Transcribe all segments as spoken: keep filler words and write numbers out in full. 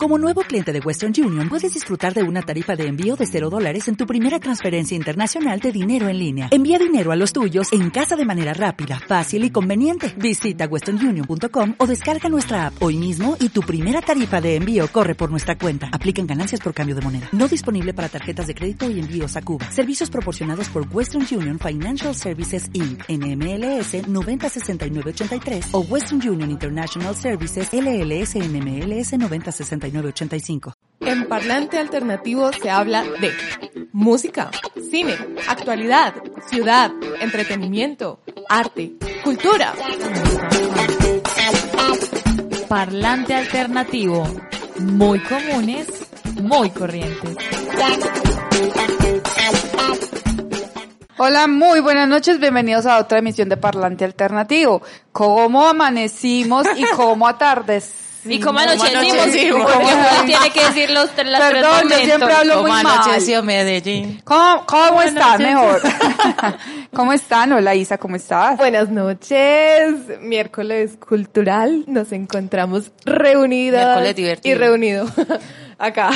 Como nuevo cliente de Western Union, puedes disfrutar de una tarifa de envío de cero dólares en tu primera transferencia internacional de dinero en línea. Envía dinero a los tuyos en casa de manera rápida, fácil y conveniente. Visita western union punto com o descarga nuestra app hoy mismo y tu primera tarifa de envío corre por nuestra cuenta. Aplican ganancias por cambio de moneda. No disponible para tarjetas de crédito y envíos a Cuba. Servicios proporcionados por Western Union Financial Services incorporated. N M L S noventa sesenta y nueve ochenta y tres o Western Union International Services L L S N M L S noventa sesenta y nueve ochenta y cinco. En Parlante Alternativo se habla de música, cine, actualidad, ciudad, entretenimiento, arte, cultura. Parlante Alternativo, muy comunes, muy corrientes. Hola, muy buenas noches, bienvenidos a otra emisión de Parlante Alternativo. ¿Cómo amanecimos y cómo atardecimos? ¿Y cómo anochecimos? ¿Y cómo tiene que decir los tres, las tres Perdón, momentos? yo siempre hablo muy mal. ¿Cómo anocheció Medellín? ¿Cómo, cómo Buenas están noches. mejor? ¿Cómo están? Hola Isa, ¿cómo estás? Buenas noches, miércoles cultural, nos encontramos reunidas Miércoles divertido. y reunido acá,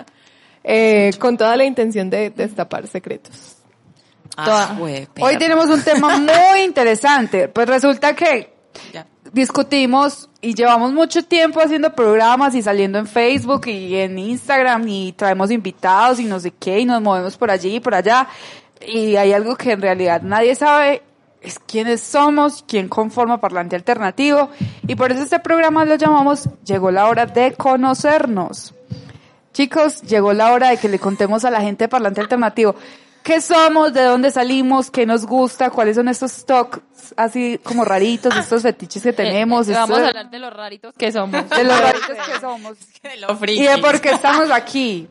eh, con toda la intención de destapar secretos. Ah, güey, Hoy perra. tenemos un tema muy interesante. Pues resulta que Ya. discutimos y llevamos mucho tiempo haciendo programas y saliendo en Facebook y en Instagram y traemos invitados y no sé qué y nos movemos por allí y por allá y hay algo que en realidad nadie sabe, es quiénes somos, quién conforma Parlante Alternativo y por eso este programa lo llamamos Llegó la hora de conocernos. Chicos, llegó la hora de que le contemos a la gente de Parlante Alternativo qué somos, de dónde salimos, qué nos gusta, cuáles son estos talks así como raritos, estos fetiches que tenemos. Eh, eh, vamos esto- a hablar de los raritos que somos. de los raritos que somos. De lo Y friki. de por qué estamos aquí.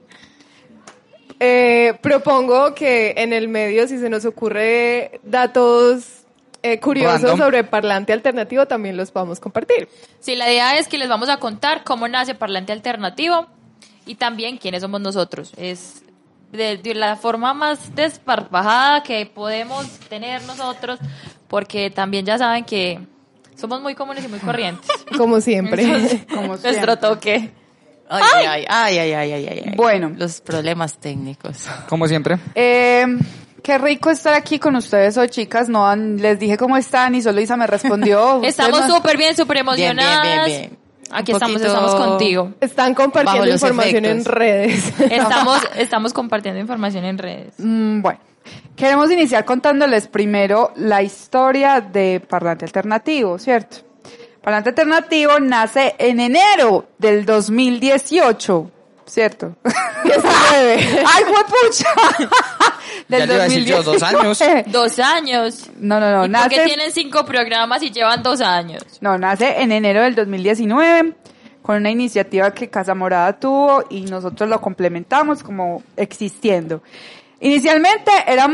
Eh, propongo que en el medio, si se nos ocurre datos eh, curiosos Random. sobre Parlante Alternativo, también los podamos compartir. Sí, la idea es que les vamos a contar cómo nace Parlante Alternativo y también quiénes somos nosotros. Es de, de la forma más desparpajada que podemos tener nosotros, porque también ya saben que somos muy comunes y muy corrientes. Como siempre. Como Nuestro siempre. toque. Ay, ay, ay, ay, ay, ay, ay, ay. Bueno. Los problemas técnicos. Como siempre. Eh, qué rico estar aquí con ustedes hoy, chicas. No han- les dije cómo están y solo Isa me respondió. Estamos Ustedes no- súper bien, súper Bien, bien, emocionadas. bien, bien. Aquí Un estamos, poquito estamos contigo. Están Bajo compartiendo los información efectos. en redes. Estamos, estamos compartiendo información en redes. Mm, bueno, queremos iniciar contándoles primero la historia de Parlante Alternativo, ¿cierto? Parlante Alternativo nace en enero del dos mil dieciocho, ¿cierto? diecinueve. ¡Ay, juepucha! Ya le iba a decir yo, dos años. Dos años. No, no, no, ¿Y por qué nace... tienen cinco programas y llevan dos años? No, nace en enero del dos mil diecinueve con una iniciativa que Casa Morada tuvo y nosotros lo complementamos como existiendo. Inicialmente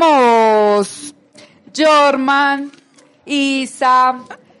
éramos Jorman, Isa,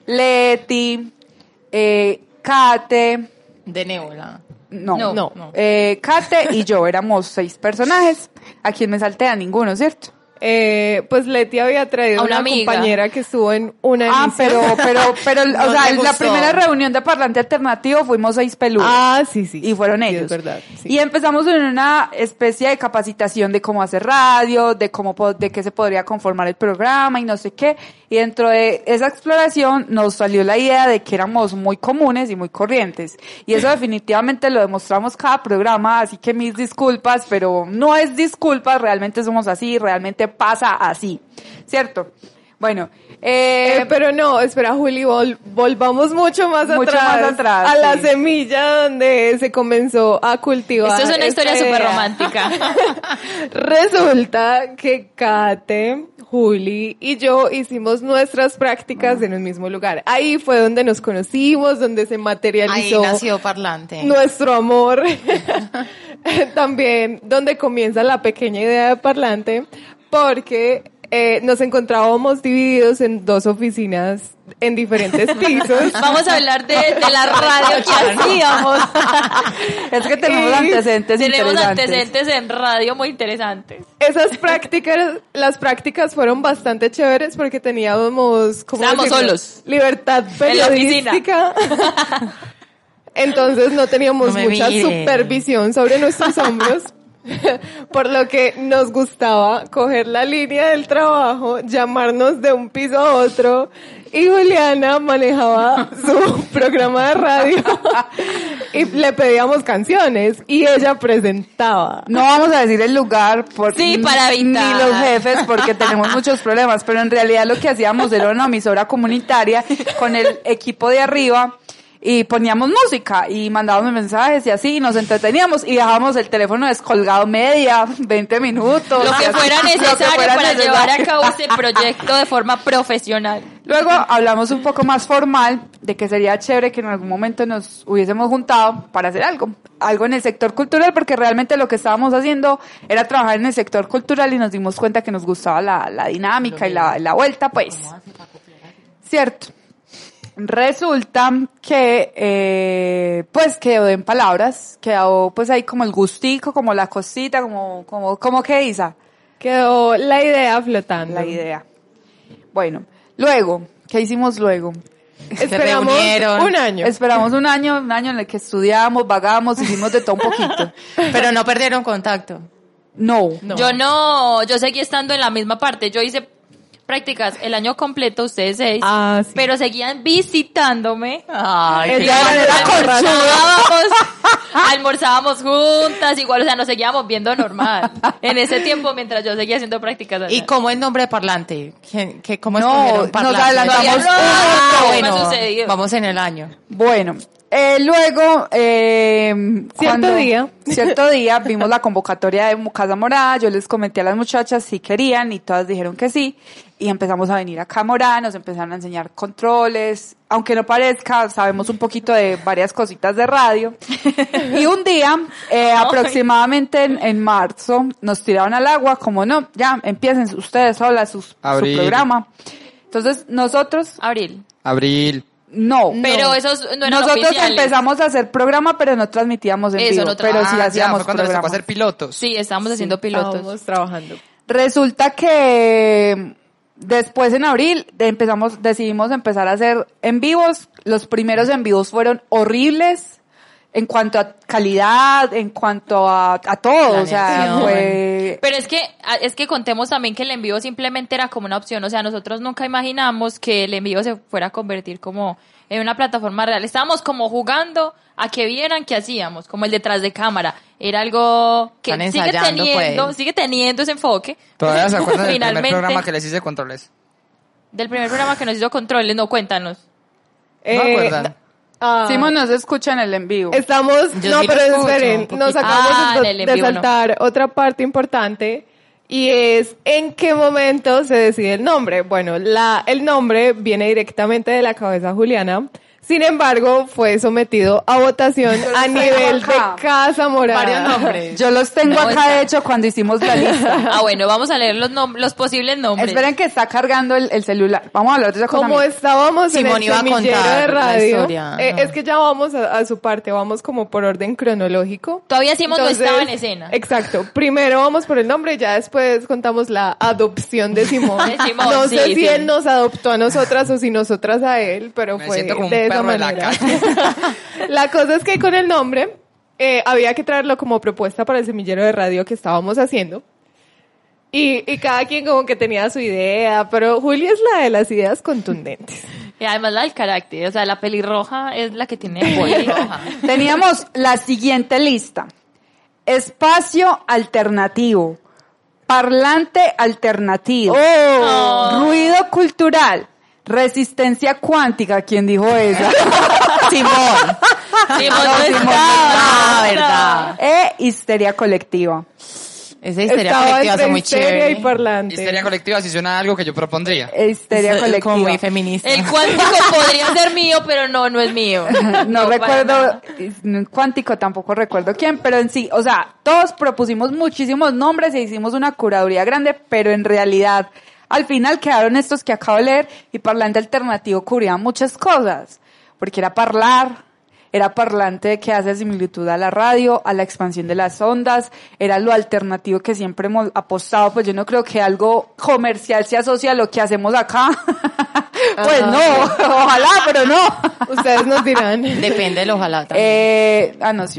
Leti, eh, Kate, De Nébola. no, No, no. eh, Kate y yo éramos seis personajes, a quien me salté a ninguno, ¿cierto? Eh, pues Leti había traído A una, una amiga. compañera que estuvo en una Ah, emisión. pero, pero, pero, No o sea, te en la gustó. primera reunión de Parlante Alternativo fuimos seis peludos. Ah, sí, sí. Y fueron Sí, ellos. es verdad. sí. Y empezamos en una especie de capacitación de cómo hacer radio, de cómo, po- de qué se podría conformar el programa y no sé qué. Y dentro de esa exploración nos salió la idea de que éramos muy comunes y muy corrientes. Y eso definitivamente lo demostramos cada programa, así que mis disculpas, pero no es disculpas, realmente somos así, realmente pasa así. ¿Cierto? Bueno, eh, Eh, pero no, espera, Juli, vol- volvamos mucho más Mucho atrás. más atrás, A la sí. semilla donde se comenzó a cultivar. Esto es una esta historia súper idea. romántica. Resulta que Kate, Juli y yo hicimos nuestras prácticas en un mismo lugar. Ahí fue donde nos conocimos, donde se Ahí materializó nació Parlante. nuestro amor. También donde comienza la pequeña idea de Parlante, porque eh, nos encontrábamos divididos en dos oficinas en diferentes pisos. Vamos a hablar de, de la radio que hacíamos. es que tenemos Y antecedentes Tenemos interesantes. antecedentes en radio muy interesantes. Esas prácticas, las prácticas fueron bastante chéveres porque teníamos, ¿cómo Estábamos decirlo? solos. Libertad En la oficina. periodística. entonces no teníamos No me mucha mire. supervisión sobre nuestros hombros, por lo que nos gustaba coger la línea del trabajo, llamarnos de un piso a otro, y Juliana manejaba su programa de radio y le pedíamos canciones y ella presentaba. No vamos a decir el lugar por, Sí, para evitar. ni los jefes porque tenemos muchos problemas, pero en realidad lo que hacíamos era una emisora comunitaria con el equipo de arriba y poníamos música y mandábamos mensajes y así, y nos entreteníamos y dejábamos el teléfono descolgado media, veinte minutos. Lo que y así, fuera lo que necesario fuera para necesario. llevar a cabo ese proyecto de forma profesional. Luego hablamos un poco más formal de que sería chévere que en algún momento nos hubiésemos juntado para hacer algo, algo en el sector cultural, porque realmente lo que estábamos haciendo era trabajar en el sector cultural y nos dimos cuenta que nos gustaba la, la dinámica y la, la vuelta, pues. Cierto. Resulta que, eh, pues quedó en palabras, quedó pues ahí como el gustico, como la cosita, como, como, como que Isa, Quedó la idea flotando. la idea. Bueno, luego, ¿qué hicimos luego? Esperamos reunieron. un año. Esperamos un año, un año en el que estudiamos, vagamos, hicimos de todo un poquito. Pero no perdieron contacto. No. No. Yo no, yo seguí estando en la misma parte. Yo hice prácticas el año completo, ustedes seis, Ah, sí. pero seguían visitándome. Ay, Ella qué era la almorzábamos, almorzábamos juntas, igual, o sea, nos seguíamos viendo normal. En ese tiempo, mientras yo seguía haciendo prácticas allá. ¿Y cómo es nombre de parlante? ¿Qué, qué, ¿Cómo No, escogieron nos parlante? adelantamos Todavía no, Ah, no me ha bueno, sucedido. vamos en el año. Bueno, eh, luego, eh, Cierto cuando- día. cierto día vimos la convocatoria de Casa Morada, yo les comenté a las muchachas si querían y todas dijeron que sí, y empezamos a venir acá a Morada, nos empezaron a enseñar controles, aunque no parezca, sabemos un poquito de varias cositas de radio, y un día, eh, aproximadamente en, en marzo, nos tiraron al agua, como no, ya, empiecen ustedes solas sus- su Abril. programa. Entonces, nosotros, Abril. Abril. no. Pero esos no eran Nosotros oficiales. empezamos a hacer programa, pero no transmitíamos en Eso, vivo, no tra- pero sí Ah, ya, hacíamos fue cuando les tocó programa. hacer pilotos. Sí, estábamos haciendo pilotos. Estábamos trabajando. Resulta que después en abril de- empezamos, decidimos empezar a hacer en vivos. Los primeros en vivos fueron horribles en cuanto a calidad, en cuanto a, a todo, o sea, Planeación. fue... Pero es que, es que contemos también que el envío simplemente era como una opción, o sea, nosotros nunca imaginamos que el envío se fuera a convertir como en una plataforma real. Estábamos como jugando a que vieran qué hacíamos, como el detrás de cámara. Era algo que Están sigue ensayando, teniendo, pues. sigue teniendo ese enfoque. ¿Todavía se acuerdan del primer Finalmente, programa que les hice controles? del primer programa que nos hizo controles, no, cuéntanos. ¿No Eh, acuerdan? ah, Simón no se escucha en el en vivo. Estamos, Yo no, sí pero lo escucho esperen, un nos poquito. acabamos Ah, de, en el en de vivo no. saltar otra parte importante y es en qué momento se decide el nombre. Bueno, la, el nombre viene directamente de la cabeza Juliana. Sin embargo, fue sometido a votación Yo los a tengo nivel de acá. Casa Morada. Varios nombres. Yo los tengo No, acá, está- de hecho, cuando hicimos la lista. Ah, bueno, vamos a leer los, nom- los posibles nombres. Esperen que está cargando el, el celular. Vamos a hablar de esa cosa. Como mía. estábamos Simón en iba a el semillero contar de la radio, historia. eh, Ajá. es que ya vamos a, a su parte, vamos como por orden cronológico. Todavía Simón no Entonces, estaba en escena. Exacto. Primero vamos por el nombre y ya después contamos la adopción de Simón. De Simón, no sí, sé si sí. él nos adoptó a nosotras o si nosotras a él, pero Me fue siento como un de esa perro de la manera. calle. La cosa es que con el nombre eh, había que traerlo como propuesta para el semillero de radio que estábamos haciendo. Y, y cada quien como que tenía su idea, pero Juli es la de las ideas contundentes. Y además la del carácter, o sea, la pelirroja es la que tiene pelirroja. Teníamos la siguiente lista. Espacio alternativo. Parlante alternativo. Oh. Ruido cultural. Resistencia cuántica. ¿Quién dijo esa? Simón. Simón No, no Simón estaba. Ah, verdad. E histeria colectiva. Esa historia Estaba colectiva entre es muy histeria chévere. y parlante. Histeria colectiva si suena a algo que yo propondría. E histeria Es colectiva. como muy feminista. El cuántico podría ser mío, pero no, no es mío. No, para recuerdo, nada. cuántico tampoco recuerdo quién, pero en sí, o sea, todos propusimos muchísimos nombres e hicimos una curaduría grande, pero en realidad, al final quedaron estos que acabo de leer y parlante alternativo cubría muchas cosas, porque era parlar, era parlante que hace similitud a la radio, a la expansión de las ondas, era lo alternativo que siempre hemos apostado, pues yo no creo que algo comercial se asocie a lo que hacemos acá, Pues no, ojalá, pero no. Ustedes nos dirán. Depende del ojalá también. Eh, ah, no, sí.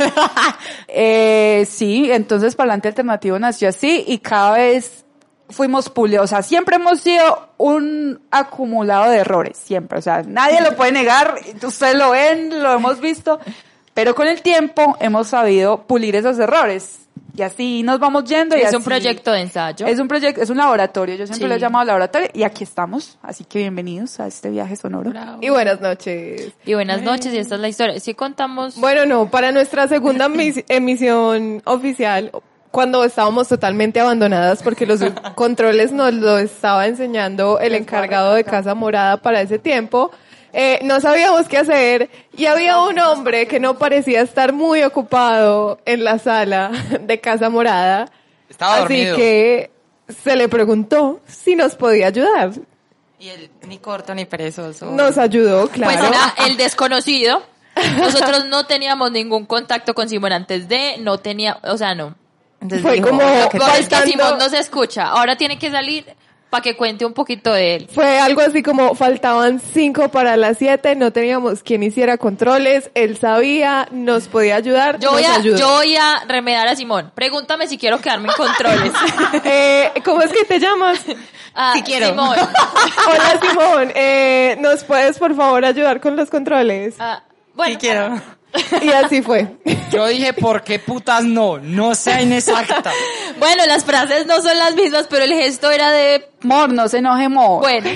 eh, sí, entonces Parlante Alternativo nació así y cada vez fuimos pulidos. O sea, siempre hemos sido un acumulado de errores, siempre. O sea, nadie lo puede negar. Ustedes lo ven, lo hemos visto. Pero con el tiempo hemos sabido pulir esos errores. Y así nos vamos yendo. Y Es así, un proyecto de ensayo. Es un proyecto, es un laboratorio. Yo siempre Sí. lo he llamado laboratorio. Y aquí estamos. Así que bienvenidos a este viaje sonoro. Y buenas noches. Y buenas noches, y esta es la historia. Sí contamos... Bueno, no, para nuestra segunda mis- emisión oficial, cuando estábamos totalmente abandonadas porque los controles nos lo estaba enseñando el encargado de Casa Morada para ese tiempo, eh, no sabíamos qué hacer y había un hombre que no parecía estar muy ocupado en la sala de Casa Morada. Estaba Así dormido. que se le preguntó si nos podía ayudar. Y él ni corto ni perezoso. Nos ayudó, claro. Pues era el desconocido. Nosotros no teníamos ningún contacto con Simón antes de, no tenía, o sea, no. Entonces Fue dijo, como- "Lo que Pues es que faltando- Simón no se escucha. Ahora tiene que salir para que cuente un poquito de él. Fue algo así como faltaban cinco para las siete, no teníamos quien hiciera controles, él sabía, nos podía ayudar, Yo nos voy, a, ayudó. yo voy a remedar a Simón. Pregúntame si quiero quedarme en controles. Eh, ¿Cómo es que te llamas? Ah, Si quiero. Simón. Hola Simón, eh, ¿nos puedes por favor ayudar con los controles? Ah, bueno, Sí quiero. Y así fue. Yo dije, ¿por qué putas no? No sea inexacta. bueno, las frases no son las mismas, pero el gesto era de, Mor, no se enoje, Mor. bueno,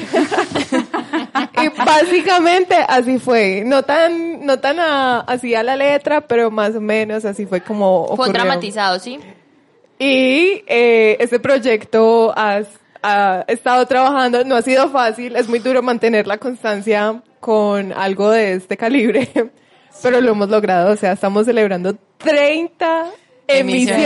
Y básicamente así fue, no tan, no tan a- así a la letra, pero más o menos así fue como fue ocurrió. dramatizado, ¿sí? Y eh, este proyecto has, ha estado trabajando, no ha sido fácil, es muy duro mantener la constancia con algo de este calibre, pero lo hemos logrado, o sea, estamos celebrando treinta emisiones.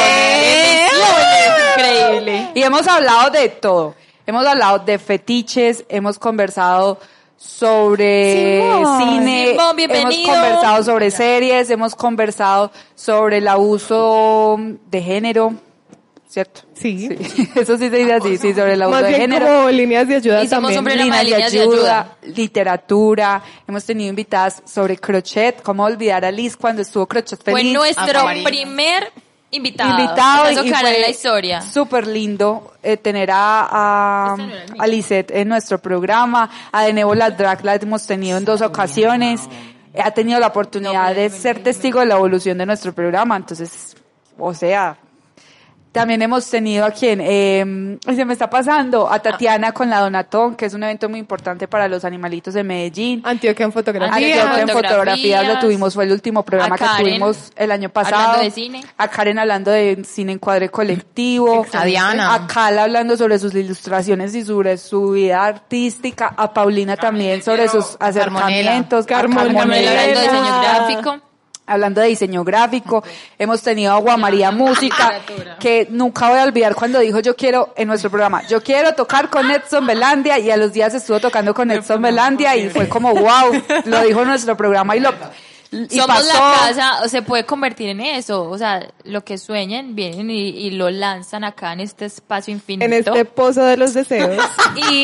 Increíble. Y hemos hablado de todo. Hemos hablado de fetiches, hemos conversado sobre Simón. cine, Simón, bienvenido. hemos conversado sobre series, hemos conversado sobre el abuso de género, ¿cierto? Sí. Sí. Eso sí se dice así, sí, sobre el abuso Más de bien género. como líneas de ayuda Hicimos también. un programa de Líneas líneas de ayuda. literatura, hemos tenido invitadas sobre crochet, cómo olvidar a Liz cuando estuvo crochet Fue feliz. nuestro María. primer invitado. invitado Eso y quedará en fue la historia. súper lindo eh, tener a, a, Este no era el mío. a Lisette en nuestro programa, a Denébola Drag la hemos tenido en dos ocasiones, eh, ha tenido la oportunidad de ser testigo de la evolución de nuestro programa, entonces, o sea, también hemos tenido a quien, eh, se me está pasando, a Tatiana con la Donatón, que es un evento muy importante para los animalitos de Medellín. Antioquia en fotografía. Antioquia en fotografías. fotografías lo tuvimos, fue el último programa A que Karen, tuvimos el año pasado. hablando de cine. A Karen hablando de cine en cuadre colectivo. A Diana. A Cala hablando sobre sus ilustraciones y sobre su vida artística. A Paulina también sobre sus acercamientos. A Carmonela. Carmela hablando de diseño Carmonela. gráfico. Hablando de diseño gráfico, hemos tenido a Guamaría Música, que nunca voy a olvidar cuando dijo yo quiero, en nuestro programa, yo quiero tocar con Edson Belandia, y a los días estuvo tocando con Edson Belandia, y fue como wow, lo dijo en nuestro programa y lo, y Somos pasó. la casa, o se puede convertir en eso. O sea, lo que sueñen, vienen y, y lo lanzan acá en este espacio infinito. En este pozo de los deseos. Y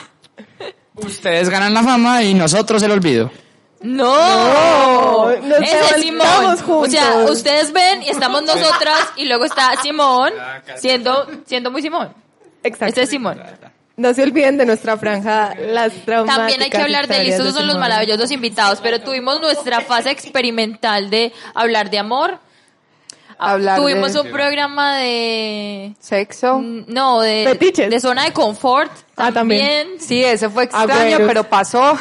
Ustedes ganan la fama y nosotros el olvido. no, No, nos ese es Simón. levantamos juntos. O sea, ustedes ven y estamos nosotras y luego está Simón siendo siendo muy Simón. Exacto. Este es Simón. No se olviden de nuestra franja, las traumáticas También hay que hablar de historias listos, son los Simón. maravillosos invitados, pero tuvimos nuestra fase experimental de hablar de amor. Hablar Tuvimos de un programa de sexo. Mm, no, de, Fetiches. de zona de confort. Ah, también. Sí, ese fue extraño, Agüeros. pero pasó.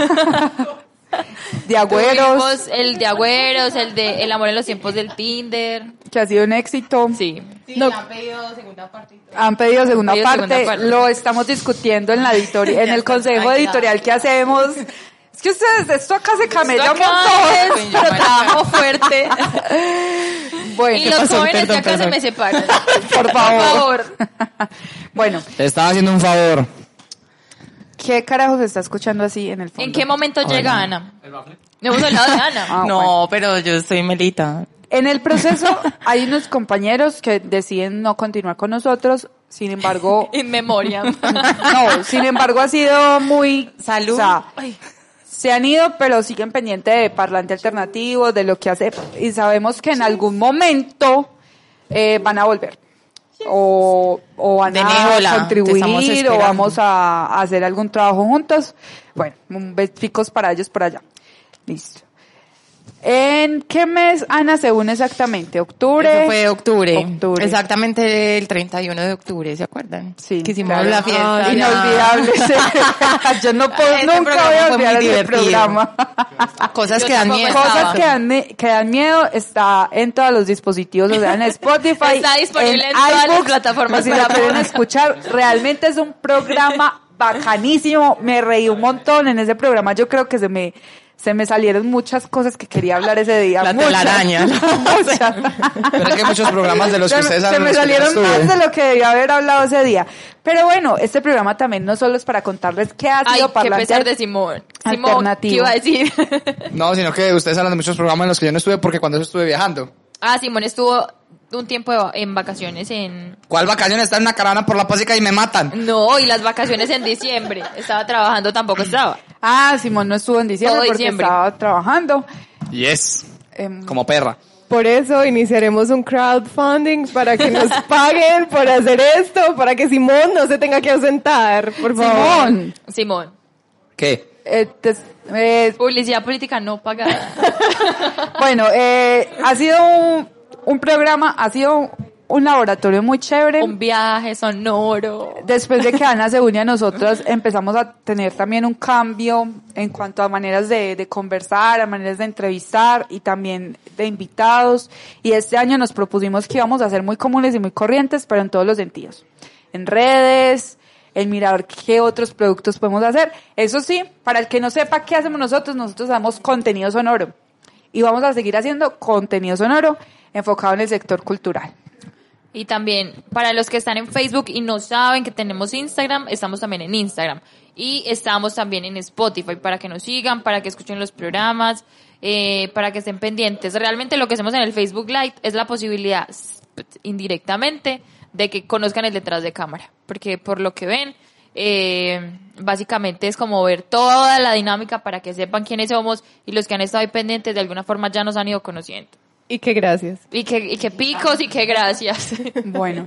De agüeros, Tuvimos el de agüeros, el de el amor en los tiempos del Tinder. que ha sido un éxito. Sí. No, Han pedido segunda Pedido segunda parte, parte. lo estamos discutiendo en la editorial, en el consejo editorial que hacemos. Es que ustedes, esto acá se camella un Acá es, montón. pero trabajo fuerte. Bueno, Y los pasó? jóvenes Perdón, de acá se perdón. me separan. por favor. Por favor. Bueno, Te estaba haciendo un favor. ¿qué carajos está escuchando así en el fondo? ¿En qué momento llega Ana? No hemos hablado de Ana. Ah, no, bueno. pero yo soy Melita. En el proceso hay unos compañeros que deciden no continuar con nosotros, sin embargo... In memoria. No, sin embargo ha sido muy... Salud. O sea, se han ido, pero siguen pendientes de Parlante Alternativo, de lo que hace, y sabemos que en algún momento eh, van a volver. O, o van De Nébola, a te estamos contribuir, o esperando. vamos a, a hacer algún trabajo juntos. Bueno, un besicos para ellos por allá. Listo. ¿En qué mes, Ana, se une exactamente? ¿Octubre? Eso fue octubre. Octubre. Exactamente el treinta y uno de octubre, ¿se acuerdan? Sí, Que hicimos claro. la fiesta. Ah, Inolvidable. Yo no puedo, Ese nunca programa voy a fue olvidar muy ese divertido. programa. Cosas Yo que dan tampoco miedo. estaba. Cosas que dan, me- que dan miedo está en todos los dispositivos, o sea, en Spotify, Está disponible en todas las iVoox, plataformas por si para lo quieren podcast. escuchar. Realmente es un programa bacanísimo. Me reí un montón en ese programa. Yo creo que se me se me salieron muchas cosas que quería hablar ese día. La muchas, telaraña. muchas. Pero es que muchos programas de los que Se me- ustedes se hablan, me los que yo salieron estuve. más de lo que debía haber hablado ese día. Pero bueno, este programa también no solo es para contarles qué ha Ay, sido qué Parlante pesar de Simón. Simón, Alternativo. ¿qué iba a decir? No, sino que ustedes hablan de muchos programas en los que yo no estuve porque cuando yo estuve viajando. Ah, Simón estuvo un tiempo de- en vacaciones en... ¿Cuál vacaciones? Está en una caravana por la Pásica y me matan. No, y las vacaciones en diciembre. Estaba trabajando, tampoco estaba. Ah, Simón no estuvo en diciembre Todo porque diciembre. estaba trabajando. Yes. Em, Como perra. Por eso iniciaremos un crowdfunding para que nos paguen por hacer esto, para que Simón no se tenga que ausentar, por favor. Simón, Simón. ¿Qué? eh, te- eh, Publicidad política no pagada. bueno, eh, ha sido un, un programa, ha sido un laboratorio muy chévere. Un viaje sonoro. Después de que Ana se une a nosotros, empezamos a tener también un cambio en cuanto a maneras de, de conversar, a maneras de entrevistar y también de invitados. Y este año nos propusimos que íbamos a ser muy comunes y muy corrientes, pero en todos los sentidos. En redes, en mirar qué otros productos podemos hacer. Eso sí, para el que no sepa qué hacemos nosotros, nosotros damos contenido sonoro. Y vamos a seguir haciendo contenido sonoro enfocado en el sector cultural. Y también, para los que están en Facebook y no saben que tenemos Instagram, estamos también en Instagram. Y estamos también en Spotify para que nos sigan, para que escuchen los programas, eh, para que estén pendientes. Realmente lo que hacemos en el Facebook Live es la posibilidad, indirectamente, de que conozcan el detrás de cámara. Porque por lo que ven, eh, básicamente es como ver toda la dinámica para que sepan quiénes somos, y los que han estado ahí pendientes de alguna forma ya nos han ido conociendo. Y que gracias. Y que, y que picos y que gracias. Bueno,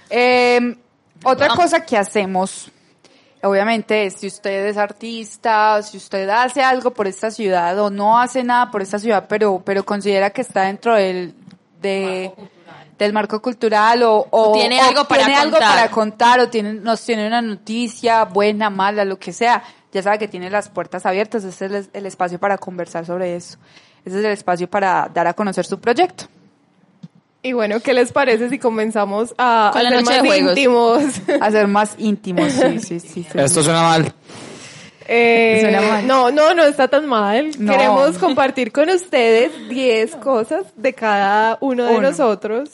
eh, otra cosa que hacemos, obviamente, es si usted es artista, si usted hace algo por esta ciudad o no hace nada por esta ciudad, pero pero considera que está dentro del de del marco cultural o, o Tiene o algo para tiene algo contar. para contar o tiene, nos tiene una noticia buena, mala, lo que sea, ya sabe que tiene las puertas abiertas. Ese es el, el espacio para conversar sobre eso. Ese es el espacio para dar a conocer su proyecto. Y bueno, ¿qué les parece si comenzamos a Con la hacer noche más de juegos. íntimos? Hacer más íntimos, sí, sí, sí. sí. Esto suena mal. Eh, Suena mal. no, no, no está tan mal. No. Queremos compartir con ustedes diez cosas de cada uno de Uno. nosotros.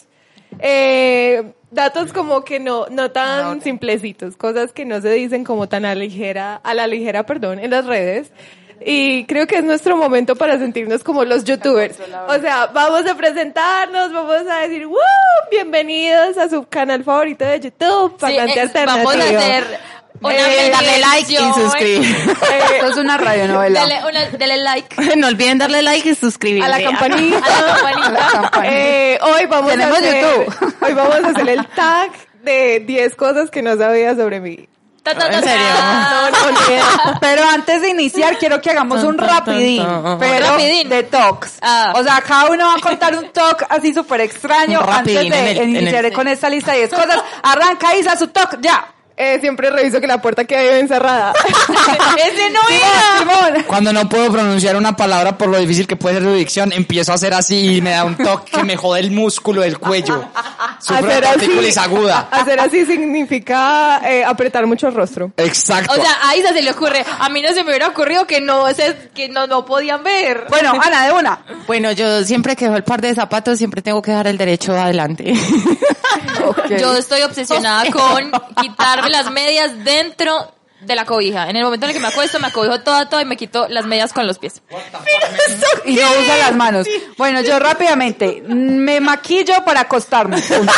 Eh, datos como que no, no tan simplecitos, cosas que no se dicen como tan a ligera, a la ligera, perdón, en las redes. Y creo que es nuestro momento para sentirnos como los youtubers. O sea, vamos a presentarnos, vamos a decir, ¡woo! Bienvenidos a su canal favorito de YouTube, Sí, Parlante eh, Alternativo. vamos a hacer una Eh, Darle like y mención. suscribir. Esto es una radionovela. Dale, una, dale like No olviden darle like y suscribirse. A la campanita. a la campanita. Eh, hoy vamos Tenemos a hacer, YouTube. hoy vamos a hacer el tag de diez cosas que no sabía sobre mí. Ta, ta, ta, ¿En serio? ta. No, no, ni idea. Pero antes de iniciar, quiero que hagamos un Tan, tan, tan, rapidín, tan. pero Rapidín. de talks. Ah. O sea, cada uno va a contar un talk así súper extraño Un antes rapidín de en el- en iniciar el- con esta lista de diez cosas. Arranca, Isa, su talk, ya. Eh, siempre reviso que la puerta quede bien cerrada. Ese no Simón, Simón. Cuando no puedo pronunciar una palabra por lo difícil que puede ser su dicción, empiezo a hacer así y me da un toque que me jode el músculo del cuello. Sufro de Hacer así, partículas aguda. hacer así significa eh, apretar mucho el rostro. Exacto. O sea, a Isa se le ocurre. A mí no se me hubiera ocurrido que no se, que no, no podían ver. Bueno, Ana, de una. Bueno, yo siempre que dejo el par de zapatos, siempre tengo que dar el derecho adelante. Yo estoy obsesionada con quitarme las medias dentro de la cobija. En el momento en el que me acuesto, me acobijo toda, toda y me quito las medias con los pies. Y no usa las manos. Bueno, yo rápidamente me maquillo para acostarme. Punto.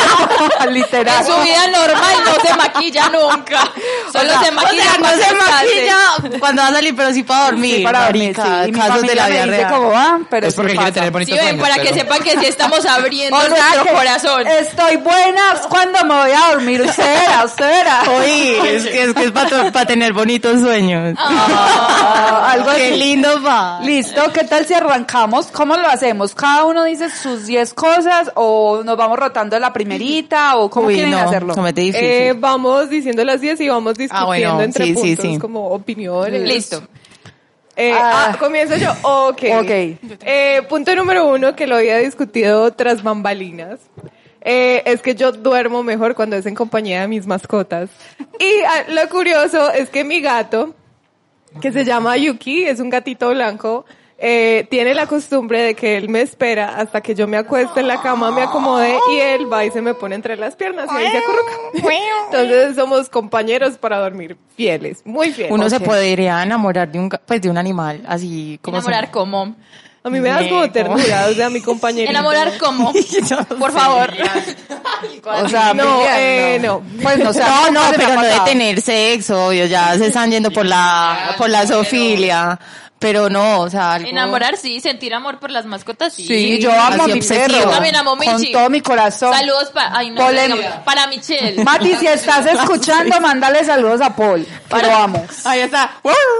Literal. En su vida normal no se maquilla nunca. Solo O sea, se maquilla o sea, no cuando se está maquilla cuando va a salir, pero sí para dormir. Sí, para dormir, marica, sí. Y mi casos de familia la me vida dice real. cómo va, pero Es porque sí quiere pasa. tener bonitos Sí, ven, sueños, para que pero- sepan que sí estamos abriendo O sea nuestro que corazón. estoy buena cuando me voy a dormir. Usted era, usted era. Oye, es que es, que es para tener bonitos sueños. Ah, algo Qué así. lindo va. Listo, ¿qué tal si arrancamos? ¿Cómo lo hacemos? ¿Cada uno dice sus diez cosas o nos vamos rotando la primerita o cómo Uy, quieren no, hacerlo? comete difícil. Eh, vamos diciendo las diez y vamos discutiendo Ah, bueno, entre sí, sí, puntos sí. como opiniones. Listo. Eh, Ah. ah, comienzo yo. Ok. Ok. Eh, punto número uno que lo había discutido tras bambalinas. Eh, es que yo duermo mejor cuando es en compañía de mis mascotas. Y ah, lo curioso es que mi gato, que se llama Yuki, es un gatito blanco, eh, tiene la costumbre de que él me espera hasta que yo me acueste en la cama, me acomode y él va y se me pone entre las piernas y ahí se acurruca. Entonces somos compañeros para dormir fieles, muy fieles. Uno se podría enamorar de un, ga- pues de un animal, así como Enamorar se- como. A mí me das como Bien, ternura, o sea, mi compañerito. Enamorar como. Por favor. O sea, No, Miriam, eh, no. Pues no, o sea, No, no, se me pero ha no de pasado. tener sexo, obvio, ya se están yendo por la, por la zoofilia. Pero no, o sea, algo... Enamorar, sí. Sentir amor por las mascotas, sí. Sí, yo amo a así mi obsesivo. perro. Yo también amo a Con Michi. todo mi corazón. Saludos para... Ay, no, Polémica. digamos, para Michelle. Mati, si estás escuchando, mándale saludos a Paul. Que lo amo. Ahí está.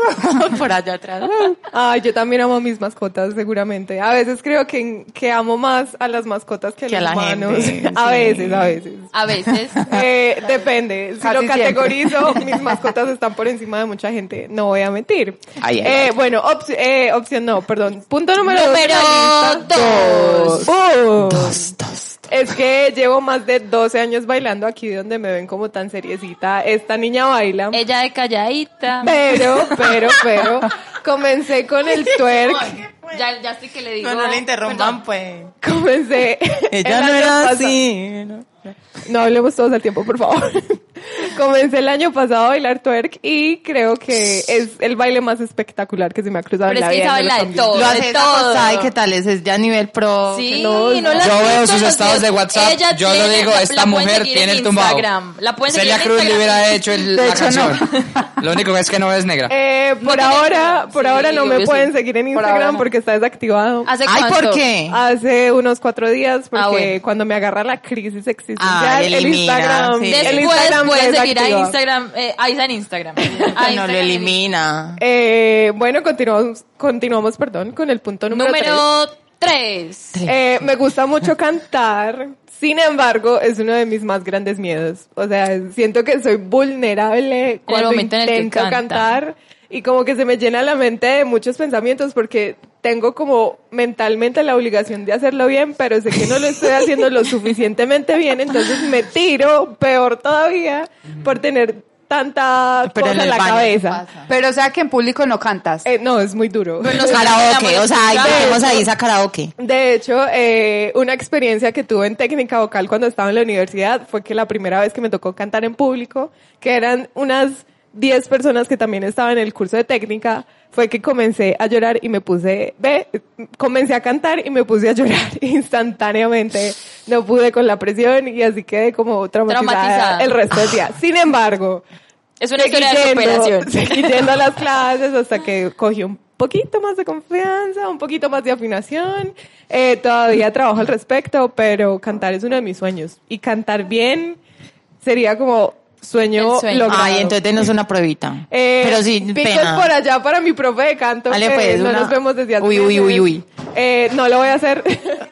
Por allá atrás. Ay, yo también amo a mis mascotas, seguramente. A veces creo que, que amo más a las mascotas que a Que a los la humanos. gente, A sí. veces, a veces. A veces. Eh, depende. Si Casi lo siempre. categorizo, mis mascotas están por encima de mucha gente. No voy a mentir. Ay, ay, eh, ay. Bueno, opci- eh, opción no, perdón. Punto número, dos de Número la lista. dos. Uh, Dos, dos. Es que llevo más de doce años bailando aquí donde me ven como tan seriecita. Esta niña baila. Ella de calladita. Pero, pero, pero, comencé con el twerk. Ya, ya estoy que le digo. No, no le Perdón. interrumpan, pues. Comencé. Ella el no año era pasado. así. ¿no? No hablemos todos al tiempo, por favor. Comencé el año pasado a bailar twerk y creo que es el baile más espectacular que se me ha cruzado Pero en la es que vida. esa no lo baila de cambio. todo. Lo de hace todo. acostada y qué tal es, es ya a nivel pro. Sí, No, no, la Yo has veo visto sus en los estados de videos. WhatsApp, Ella yo lo tiene- digo, la- esta la pueden mujer seguir tiene en el tumbado. Instagram. La pueden seguir Celia en Cruz le Instagram. hubiera hecho el- De la hecho, canción. Lo único que es que no es negra. Eh, por tiene- ahora, por Sí, ahora no me obvio, pueden sí. seguir en Por ahora Instagram no. porque está desactivado. ¿Hace Ay, cuánto? ¿por qué? Hace unos cuatro días porque Ah, bueno. cuando me agarra la crisis existencial, Ah, el elimina, Instagram, sí. el Después Instagram puedes se seguir a desactiva. Instagram. Eh, ahí está en Instagram. A No Instagram. lo elimina. Eh, bueno, continuamos, continuamos, perdón, con el punto número, tres. Número tres. Eh, me gusta mucho cantar, sin embargo, es uno de mis más grandes miedos. O sea, siento que soy vulnerable cuando momento en el que intento canta. cantar y como que se me llena la mente de muchos pensamientos porque tengo como mentalmente la obligación de hacerlo bien, pero sé que no lo estoy haciendo lo suficientemente bien, entonces me tiro, peor todavía, por tener tanta Pero cosa en en el la baño, cabeza. Pero o sea que en público no cantas. Eh, no, es muy duro. Karaoke, o sea, invitemos a Isa a karaoke. De hecho, eh, una experiencia que tuve en técnica vocal cuando estaba en la universidad fue que la primera vez que me tocó cantar en público, que eran unas diez personas que también estaban en el curso de técnica, fue que comencé a llorar y me puse, ve, comencé a cantar y me puse a llorar instantáneamente. No pude con la presión y así quedé como traumatizada, Traumatizada. el resto del día. Sin embargo, Es una seguí historia de yendo- superación. seguí yendo a las clases hasta que cogí un poquito más de confianza, un poquito más de afinación. Eh, todavía trabajo al respecto, pero cantar es uno de mis sueños. Y cantar bien sería como sueño, El sueño. logrado. Ay, entonces denos una pruebita. Eh, Pero sí, picos pena. por allá para mi profe de canto, Dale, que pues, no una- nos vemos desde hace Uy, uy, meses. uy, uy. Eh, no lo voy a hacer.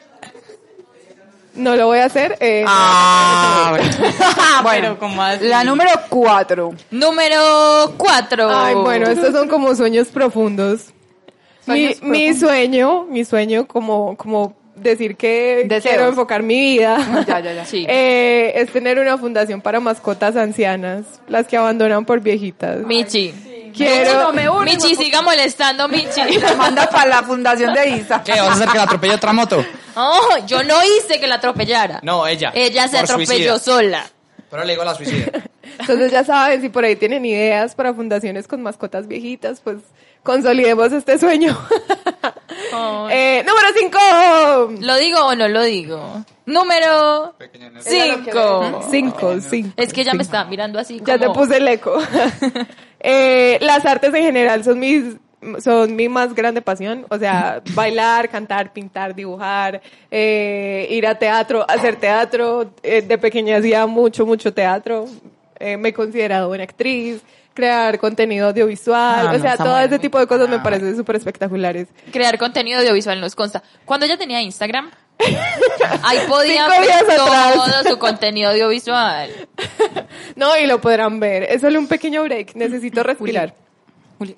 No lo voy a hacer. Eh, Ah, bueno, como así. La número cuatro. Número cuatro. Ay, bueno, estos son como sueños profundos. Mi, Sueños mi sueño, mi sueño como, como decir que Deseos. quiero enfocar mi vida. Ya, ya, ya. Sí. eh, es tener una fundación para mascotas ancianas, las que abandonan por viejitas. Michi. Quiero, Michi, siga molestando, Michi. La manda para la fundación de Isa. ¿Qué? ¿Vas a hacer que la atropelle otra moto? Oh, yo no hice que la atropellara. No, ella. Ella se Por atropelló suicida. sola. Pero le digo a la suicida. Entonces ya saben, si por ahí tienen ideas para fundaciones con mascotas viejitas, pues consolidemos este sueño. Oh. eh, número cinco. ¿Lo digo o no lo digo? Número cinco. Cinco, cinco. Es que ya me estaba mirando así como... Ya te puse el eco. eh, las artes en general son mis son mi más grande pasión, o sea, bailar, cantar, pintar, dibujar, eh, ir a teatro, hacer teatro, eh, de pequeña hacía mucho, mucho teatro, eh, me he considerado buena actriz, crear contenido audiovisual, Ah, o no, sea, está todo bueno. ese tipo de cosas me parecen súper espectaculares. Crear contenido audiovisual nos consta. Cuando ella tenía Instagram, ahí podía Cinco días ver todo atrás. su contenido audiovisual. No, y lo podrán ver, es solo un pequeño break, necesito respirar. Me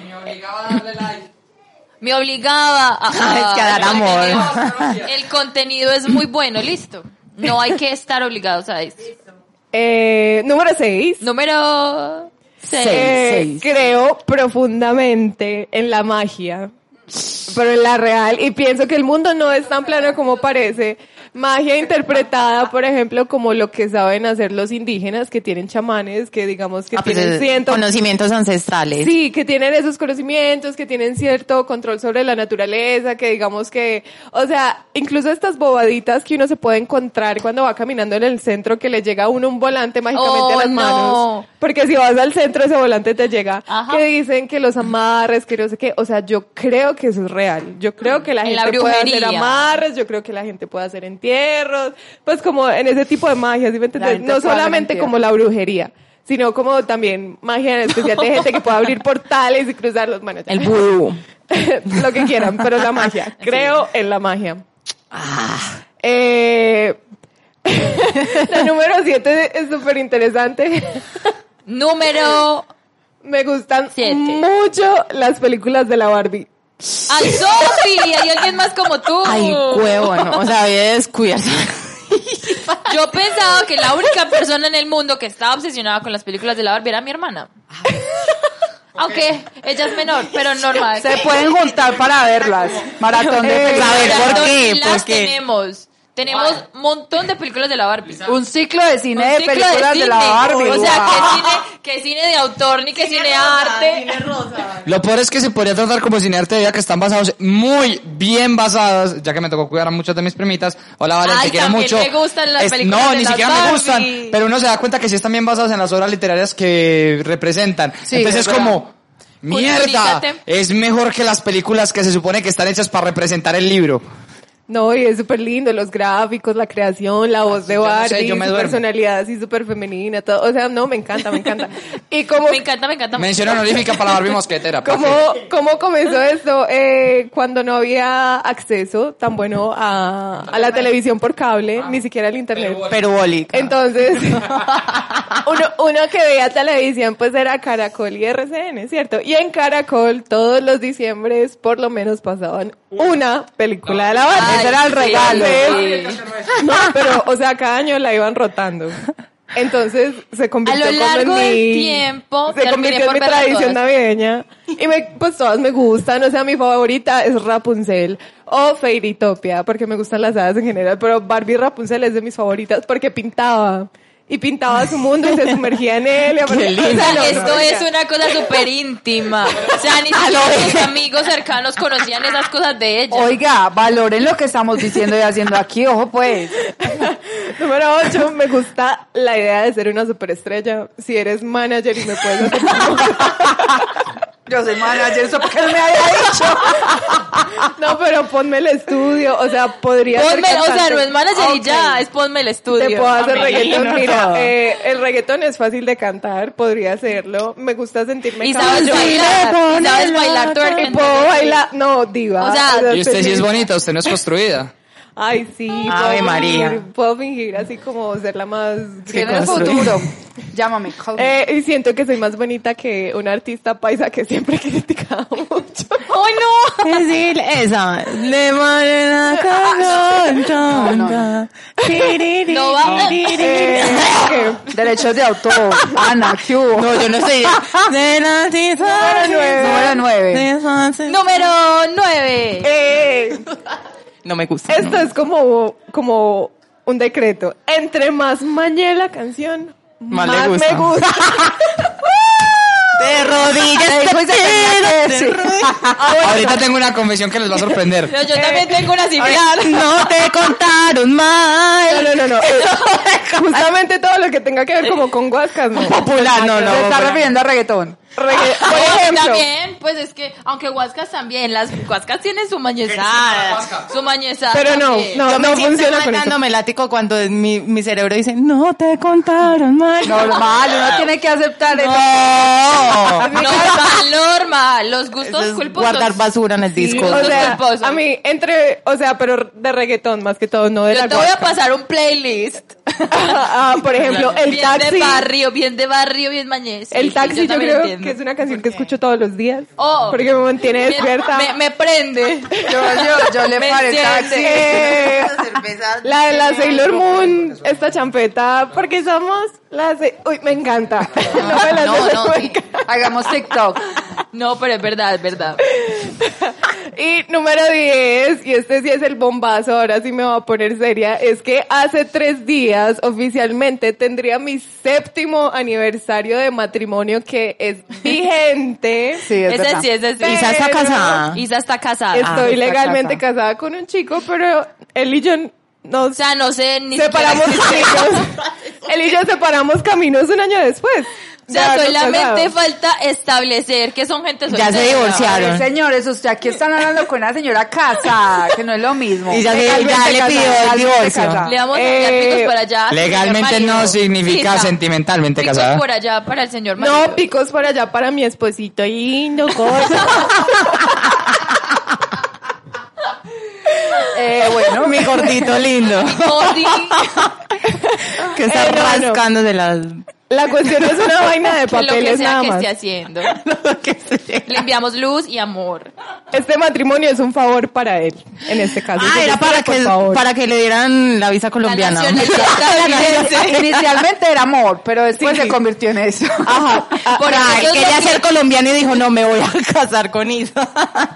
obligaba a, Es que a dar amor. El contenido es muy bueno, listo. No hay que estar obligados a eso. Eh, número seis. Número seis. Eh, creo profundamente en la magia, pero en la real, y pienso que el mundo no es tan plano como parece. Magia interpretada, por ejemplo, como lo que saben hacer los indígenas, que tienen chamanes, que digamos que Ah, pues, tienen eh, ciento... conocimientos ancestrales. Sí, que tienen esos conocimientos, que tienen cierto control sobre la naturaleza, que digamos que, o sea, incluso estas bobaditas que uno se puede encontrar cuando va caminando en el centro, que le llega a uno un volante mágicamente Oh, a las no. manos. Porque si vas al centro, ese volante te llega. Ajá. Que dicen que los amarres, que no sé qué. O sea, yo creo que eso es real. Yo creo que la En la gente puede hacer brujería. amarres, yo creo que la gente puede hacer entierros, pues como en ese tipo de magia, ¿sí me entiendes? gente No puede hacer solamente entierros. como la brujería, sino como también magia en especial de gente que puede abrir portales y cruzarlos. Bueno, ya. El vudú. Lo que quieran, pero la magia. Creo en la magia. Eh, la número siete es súper interesante. Número... Me gustan Siete. mucho las películas de la Barbie. ¡Ay, Sofi! Hay alguien más como tú. Ay, huevo, ¿no? O sea, había descubierto. Yo pensaba que la única persona en el mundo que estaba obsesionada con las películas de la Barbie era mi hermana. Aunque ella es menor, pero normal. Se pueden juntar para verlas. Maratón de Eh, películas. a ver, ¿por Las qué? las ¿Por qué? tenemos. Tenemos un montón de películas de la Barbie. Un ciclo de cine Un de ciclo películas de, cine. la Barbie. O sea, Wow. que cine, que cine de autor ni que cine arte. Lo peor es que se podría tratar como cinearte de vida que están basados, muy bien basados, ya que me tocó cuidar a muchas de mis primitas. Hola, Valen, Ay, te quiero también mucho. me gustan las películas no, de ni las siquiera me Barbie. gustan, pero uno se da cuenta que sí están bien basados en las obras literarias que representan. Sí, Entonces es es como, mierda, Culturízate. es mejor que las películas que se supone que están hechas para representar el libro. No, y es súper lindo, los gráficos, la creación, la voz de yo no Barbie, sé, yo me su duermo. personalidad así súper femenina, todo. O sea, no, me encanta, me encanta. Y como, Me encanta, me encanta. Mención honorífica para la Barbie mosquetera. ¿Cómo, ¿Cómo comenzó esto? Eh, cuando no había acceso tan bueno a, a la televisión por cable, ni siquiera al internet. Perubólica. Entonces, uno, uno que veía televisión pues era Caracol y R C N, ¿cierto? Y en Caracol todos los diciembres por lo menos pasaban una película de la Barbie. Ay, Ese era el sí, regalo. sí. No, pero, o sea, cada año la iban rotando. Entonces se A convirtió lo como largo en del mi, tiempo, se terminé convirtió en por mi verlas tradición todas. navideña. Y me, pues todas me gustan, o sea, mi favorita es Rapunzel o Fairytopia, porque me gustan las hadas en general, pero Barbie Rapunzel es de mis favoritas porque pintaba. Y pintaba su mundo y se sumergía en él. Y aparte- lindo. O sea, no, no, esto no, es ya. una cosa súper íntima. O sea, ni siquiera sus amigos cercanos conocían esas cosas de ella. Oiga, valoren lo que estamos diciendo y haciendo aquí, ojo pues. Número ocho, me gusta la idea de ser una superestrella. Si eres manager y me puedes hacer Yo soy manager, eso porque no me había dicho. No, pero ponme el estudio, o sea, podría ser Ponme, o sea, cantante. no es manager y Ok. ya, es ponme el estudio. Te puedo hacer Amén. reggaetón, mira, eh, el reggaetón es fácil de cantar, podría hacerlo, me gusta sentirme Y sabes caballo. bailar, y sabes bailar twerk. Y puedo bailar, no, diva. O sea, Y usted sí es feliz. bonita, usted no es construida. Ay, sí, Ave puedo María. fingir, puedo fingir así como ser la más... En el futuro. Llámame, call me. Eh, y siento que soy más bonita que una artista paisa que siempre he criticado mucho. ¡Ay, no! Decir esa. Le vale la cagón, No vamos. Eh, ¿qué? Derechos de autor. Ana, ¿qué hubo? No, yo no sé. De la tiza- Número nueve. Número nueve. Eh, No me gusta. Esto es como, como un decreto. Entre más mañe la canción, Más, más le gusta. me gusta. De rodillas. Le dijo y se tenía que de decir. rodillas. Ahorita tengo una confesión que les va a sorprender. Pero yo también tengo una similar. No te contaron mal. No, no, no, no. Eh, Justamente todo lo que tenga que ver como con guascas, no. Popular, no, no. Se está popular. refiriendo a reggaetón. Regga- Por No, ejemplo, también, pues es que, aunque Huascas también, las Huascas tienen su mañezada. Su mañezada. Pero no, también. no. Yo me siento funciona con marcando eso. melático cuando mi, mi cerebro dice, no te contaron mal. Normal, uno tiene que aceptar eso. No. Normal, normal. Los gustos Eso es culposos. guardar basura en el disco. o sea, culposos. a mí, entre, o sea, pero de reggaetón más que todo, no de la Yo te voy a guasca. pasar un playlist. Ah, por ejemplo, el bien taxi. de barrio, bien de barrio, bien mañez. Sí, El sí, taxi yo, también creo entiendo. que es una canción que escucho todos los días. Oh. Porque me mantiene Me- despierta. Me, me prende. Yo, yo, yo le Me paro el enciende. taxi. Eh, la de la Sailor Moon, esta champeta, porque somos las... Uy, me encanta. No, me la No, sé, no, me sí. encanta. Hagamos TikTok. No, pero es verdad, es verdad. Y número diez, y este sí es el bombazo, ahora sí me voy a poner seria, es que hace tres días oficialmente tendría mi séptimo aniversario de matrimonio que es vigente. Sí, es Ese verdad. sí, ese sí. Isa está Pero- casada. Isa está casada. Estoy está legalmente casada. casada con un chico, pero él y yo nos O sea, no sé ni separamos siquiera- caminos. Él y yo separamos caminos un año después. O sea, de habernos solamente casado. falta establecer que son gente Ya se soltera. divorciaron. A ver, señores, usted aquí están hablando con una señora casada, que no es lo mismo. Y ya, se- Legalmente ya le casada, pidió el legalmente divorcio. casada. Le vamos a enviar Eh, picos para allá. al Legalmente señor no marido. significa Isa, sentimentalmente picos casada. por allá para el señor marido. No, picos por allá para mi esposito lindo, cosa. Eh, bueno, Mi gordito lindo. Gordi. Que está Eh, no, no. rascándose las... La cuestión es una vaina de Lo que papeles sea nada que más. esté haciendo. que se- Le enviamos luz y amor. Este matrimonio es un favor para él, en este caso. Ah, Entonces, era para por que, favor. para que le dieran la visa colombiana. La nacionalidad estadounidense. inicialmente era amor, pero después Sí. se convirtió en eso. Ajá. Ah, Por Ah, eso quería es lo ser colombiano y dijo, no, me voy a casar con Isa.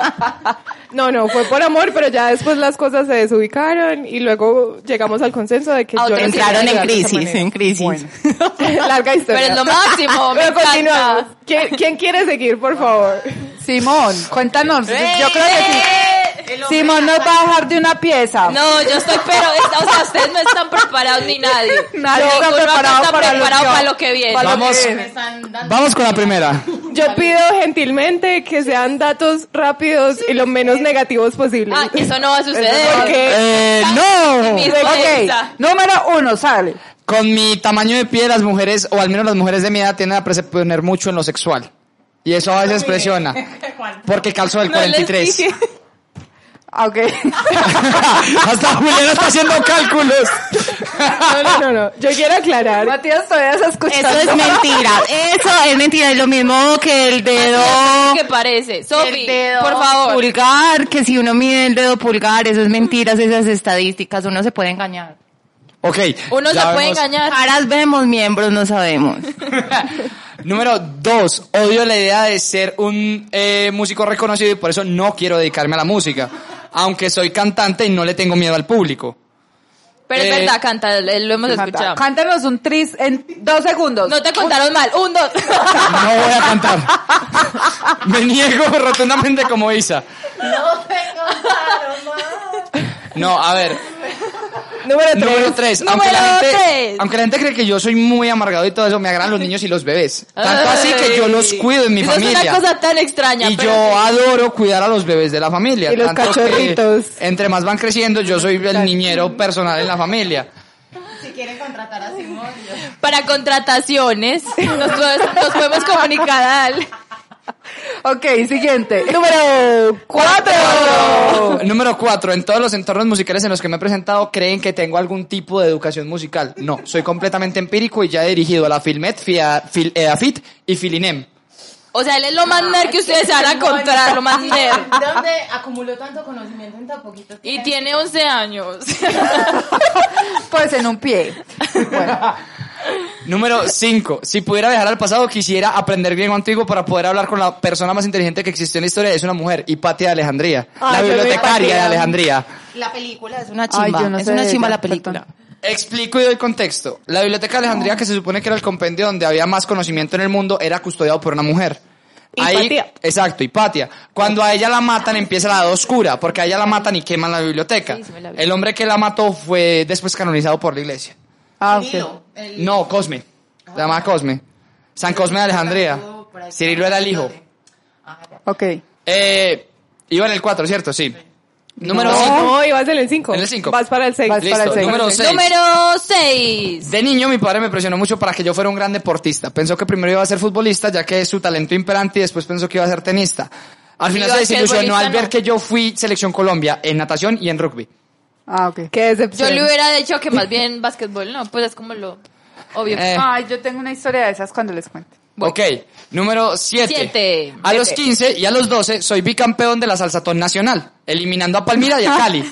No, no, fue por amor, pero ya después las cosas se desubicaron y luego llegamos al consenso de que Ah, yo ok. no quería Entraron en ayudar de esa crisis, manera. en crisis. Larga historia. Pero es lo máximo, me Pero continuamos. encanta. ¿Quién, quién quiere seguir, por favor? Simón, cuéntanos. Yo creo que sí. ¡Eh! Simón nos va a bajar de una pieza. No, yo estoy, pero, es- o sea, ustedes no están preparados ni nadie. Nadie Ninguno está acá preparado está para lo preparado que- para lo que viene. para lo Vamos, que viene. vamos con la primera. Yo pido gentilmente que sean datos rápidos y lo menos negativos posibles. Ah, eso no va a suceder. Porque Eh, no. Mi Ok, defensa. número uno, sale. Con mi tamaño de pie, las mujeres, o al menos las mujeres de mi edad, tienden a presuponer mucho en lo sexual. Y eso a veces presiona. Porque calzo del No les cuarenta y tres. dije. Ok. Hasta Juliana está haciendo cálculos. no, no, no, no. Yo quiero aclarar. Matías todavía se escucha. Eso es mentira. Eso es mentira. Es lo mismo que el dedo... ¿Qué parece? Sofi, el dedo por favor. pulgar, que si uno mide el dedo pulgar, eso es mentiras, esas estadísticas, uno se puede engañar. Ok. Uno se ya puede vemos. engañar. Caras vemos, miembros no sabemos. Número dos, odio la idea de ser un eh, músico reconocido y por eso no quiero dedicarme a la música. Aunque soy cantante y no le tengo miedo al público. Pero Eh, es verdad, canta, lo hemos Canta- escuchado. Cántanos un tris en dos segundos. No te contaron mal. Un, dos. No voy a cantar. Me niego rotundamente como Isa. No, a ver. Número tres. Número tres. Aunque Número la, gente, tres. aunque la gente cree que yo soy muy amargado y todo eso, me agradan los niños y los bebés. Tanto así que yo los cuido en mi Eso familia. es una cosa tan extraña. Y pero yo sí. adoro cuidar a los bebés de la familia. Y los tanto que cachorritos. entre más van creciendo, yo soy el niñero personal en la familia. Para contrataciones, nos, podemos- nos podemos comunicar al... Ok, siguiente. Número cuatro. Número cuatro. En todos los entornos musicales en los que me he presentado, creen que tengo algún tipo de educación musical. No, soy completamente empírico y ya he dirigido a la Filmet, Fia- Fil- Edafit y Filinem. O sea, él es lo más nerd que ustedes se van a encontrar, lo más nerd. ¿Dónde acumuló tanto conocimiento en tan poquito tiempo? Y tiene once años. Pues en un pie. Bueno, Número cinco. Si pudiera viajar al pasado, quisiera aprender griego antiguo para poder hablar con la persona más inteligente que existió en la historia. Es una mujer, Hipatia de Alejandría. Ah, la yo vi bibliotecaria Hipatia. de Alejandría. La película es una Ay, chimba. yo no es sé una de chimba ella, la película. perdón. Explico y doy contexto. La Biblioteca de Alejandría, que se supone que era el compendio donde había más conocimiento en el mundo, era custodiado por una mujer. Hipatia. Exacto, Hipatia. Cuando a ella la matan empieza la edad oscura, porque a ella la matan y queman la biblioteca. Sí, sí me la vi. El hombre que la mató fue después canonizado por la iglesia. Ah, ok. No, Cosme. Se llama Cosme. San Cosme de Alejandría. Cirilo era el hijo. Ok. Eh, iba en el cuatro, ¿cierto? Sí. Número No, cinco. no, ibas en el cinco. En el cinco. Vas para el seis. Vas para Listo, el seis. número seis. Número seis. De niño mi padre me presionó mucho para que yo fuera un gran deportista. Pensó que primero iba a ser futbolista, ya que es su talento imperante, y después pensó que iba a ser tenista. Al final Iba se a ser desilusionó al futbolista, ver no. que yo fui selección Colombia en natación y en rugby. Ah, ok. Qué decepción. Yo le hubiera dicho que más bien básquetbol, no, pues es como lo obvio. Eh. Ay, yo tengo una historia de esas cuando les cuento. Ok, número siete. Siete. A los quince y a los doce soy bicampeón de la salsatón nacional, eliminando a Palmira y a Cali.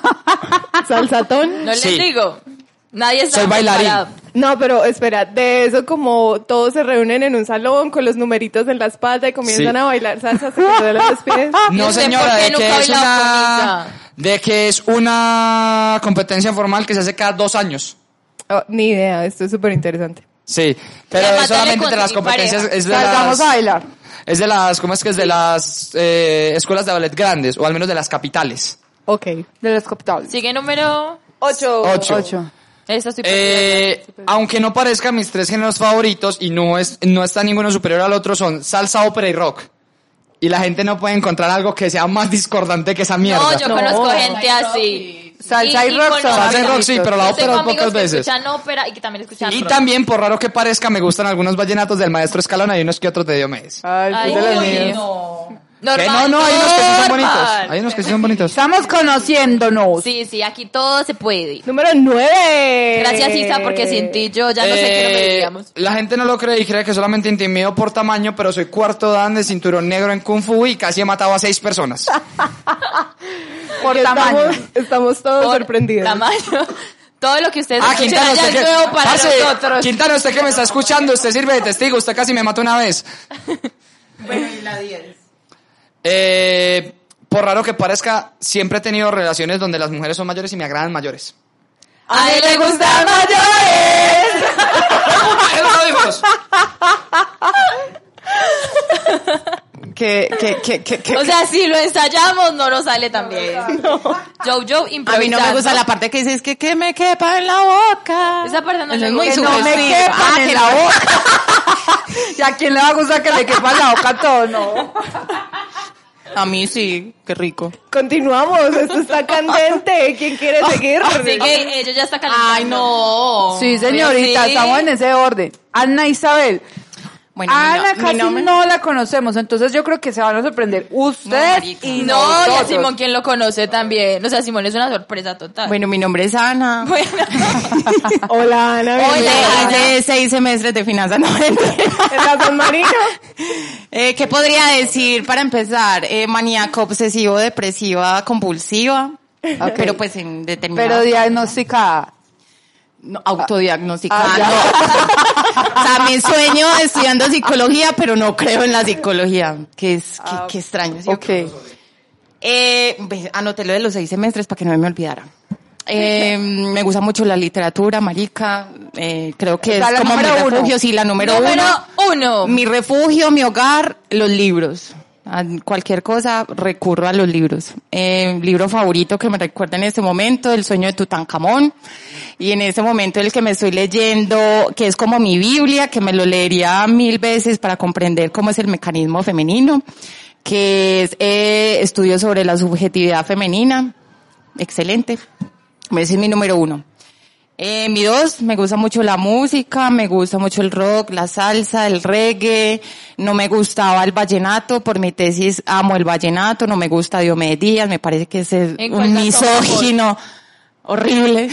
Salsatón. No les Sí. digo. Nadie está Soy bailarín. preparado. No, pero espera, de eso como todos se reúnen en un salón con los numeritos en la espalda y comienzan Sí. a bailar salsa hasta que se duelen los pies. No, usted señora, por qué de nunca que ha es bailado una... con ella? De que es una competencia formal que se hace cada dos años. Oh, ni idea, esto es súper interesante. Sí, pero además es solamente dale de las con mi competencias, pareja. es de Salgamos las, a bailar. es de las, ¿cómo es que es? De las eh, escuelas de ballet grandes, o al menos de las capitales. Ok. De los capitales. Sigue número Ocho. Ocho. Ocho. Esta estoy Eh, aunque no parezcan mis tres géneros favoritos, y no es, no está ninguno superior al otro, son salsa, ópera y rock. Y la gente no puede encontrar algo que sea más discordante que esa mierda. No, yo conozco gente así. Salsa y rock son conozco- Salsa y rock sí, pero la Yo tengo ópera amigos pocas que veces. escuchan ópera y que también escuchan Y rock. también, por raro que parezca, me gustan algunos vallenatos del maestro Escalona y unos que otros de Diomedes. Ay, Ay, pues de los uy, míos. no. Que Normal, no, no, hay unos que sí son bonitos. normal. Hay unos que sí son bonitos. Estamos conociéndonos. Sí, sí, aquí todo se puede. Número nueve. Gracias, Isa, porque sin ti yo ya no sé qué nos Eh, diríamos. La gente no lo cree y cree que solamente intimido por tamaño, pero soy cuarto dan de cinturón negro en Kung Fu y casi he matado a seis personas. Por Estamos- tamaño. Estamos todos Por sorprendidos. Tamaño. Todo lo que ustedes Ah, escuchan Quintano, allá usted es que, nuevo para parce, nosotros. Quintano, usted que me está escuchando, usted sirve de testigo, usted casi me mató una vez. Bueno, y la diez. Eh, por raro que parezca, siempre he tenido relaciones donde las mujeres son mayores y me agradan mayores. A él le gustan mayores. Hijos. Que, que, que, que, que- O sea, si lo ensayamos, no nos sale tan bien. Jojo a improvisando. mí no me gusta la parte que dices que, que me quepa en la boca. Esa parte no Eso le es muy gusta. Que no me sugestivo. quepan Ah, en que la no. boca. ¿Y a quién le va a gustar que le quepa en la boca todo? No. A mí sí, qué rico. Continuamos, esto está candente. ¿Quién quiere seguir? Así que ellos ya está calentando. Ay, no. Sí, señorita, sí. estamos en ese orden. Ana Isabel. Bueno, mi Ana no- mi casi nombre- no la conocemos, entonces yo creo que se van a sorprender ustedes marica. y No, y a nosotros. Simón, ¿quién lo conoce también? O sea, Simón es una sorpresa total. Bueno, mi nombre es Ana. Bueno. Hola, Ana. Hola, bienvenida. Ana. Hace seis semestres de finanzas, no mentira. ¿En la San Marino? Eh, ¿Qué podría decir para empezar? Eh, maníaco, obsesivo, depresiva, compulsiva. Pero pues en determinado... Pero diagnosticada. No, autodiagnosticada. Ah, ya. no. O sea, me sueño estudiando psicología, pero no creo en la psicología. Que es, qué, Ah, qué extraño. ¿sí? Ok. Eh, ve, anoté lo de los seis semestres para que no me olvidara. Eh, me gusta mucho la literatura, marica. Eh, creo que O sea, es la como mi número uno. refugio, sí, la número, Número uno. uno. Mi refugio, mi hogar, los libros. A cualquier cosa recurro a los libros. Eh, libro favorito que me recuerda en este momento, El sueño de Tutankamón. Y en este momento el que me estoy leyendo, que es como mi Biblia, que me lo leería mil veces para comprender cómo es el mecanismo femenino, que es eh, estudio sobre la subjetividad femenina. Excelente. Ese es mi número uno. Eh, mi dos, me gusta mucho la música, me gusta mucho el rock, la salsa, el reggae, no me gustaba el vallenato, por mi tesis amo el vallenato, no me gusta Diomedes Díaz, me parece que es el- ¿En cuál un cantó misógino horrible.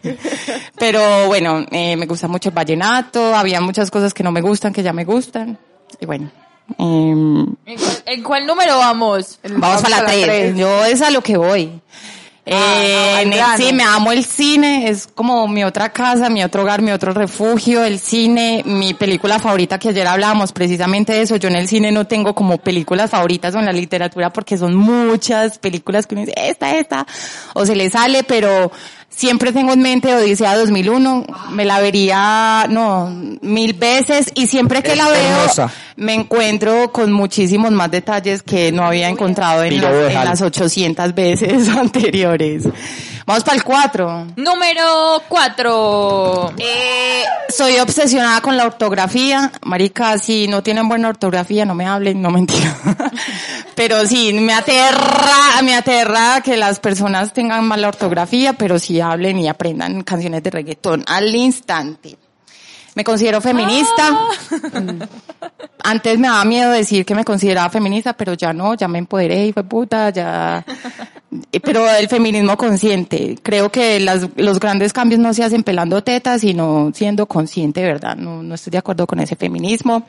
Pero bueno, eh, me gusta mucho el vallenato, había muchas cosas que no me gustan, que ya me gustan, y bueno. em, ¿En cuál, en cuál número vamos? Vamos para la tres. Yo es a lo que voy. Eh, ah, al en el- grano. sí, me amo el cine, es como mi otra casa, mi otro hogar, mi otro refugio, el cine, mi película favorita, que ayer hablábamos precisamente de eso. Yo en el cine no tengo como películas favoritas o en la literatura porque son muchas películas que uno dice, esta, esta, o se le sale, pero Siempre tengo en mente Odisea dos mil uno, me la vería, no, mil veces, y siempre que Es la veo, hermosa. me encuentro con muchísimos más detalles que no había encontrado en, Piro las, de en Hal. las ochocientas veces anteriores. Vamos para el cuatro. Número cuatro. Eh, soy obsesionada con la ortografía. Marica, si no tienen buena ortografía, no me hablen, no mentira. Pero sí, me aterra, me aterra que las personas tengan mala ortografía, pero sí hablen y aprendan canciones de reggaetón al instante. Me considero feminista. Mm. Antes me daba miedo decir que me consideraba feminista, pero ya no, ya me empoderé y fue puta, ya. Pero el feminismo consciente. Creo que las, los grandes cambios no se hacen pelando tetas, sino siendo consciente, ¿verdad? No, no estoy de acuerdo con ese feminismo.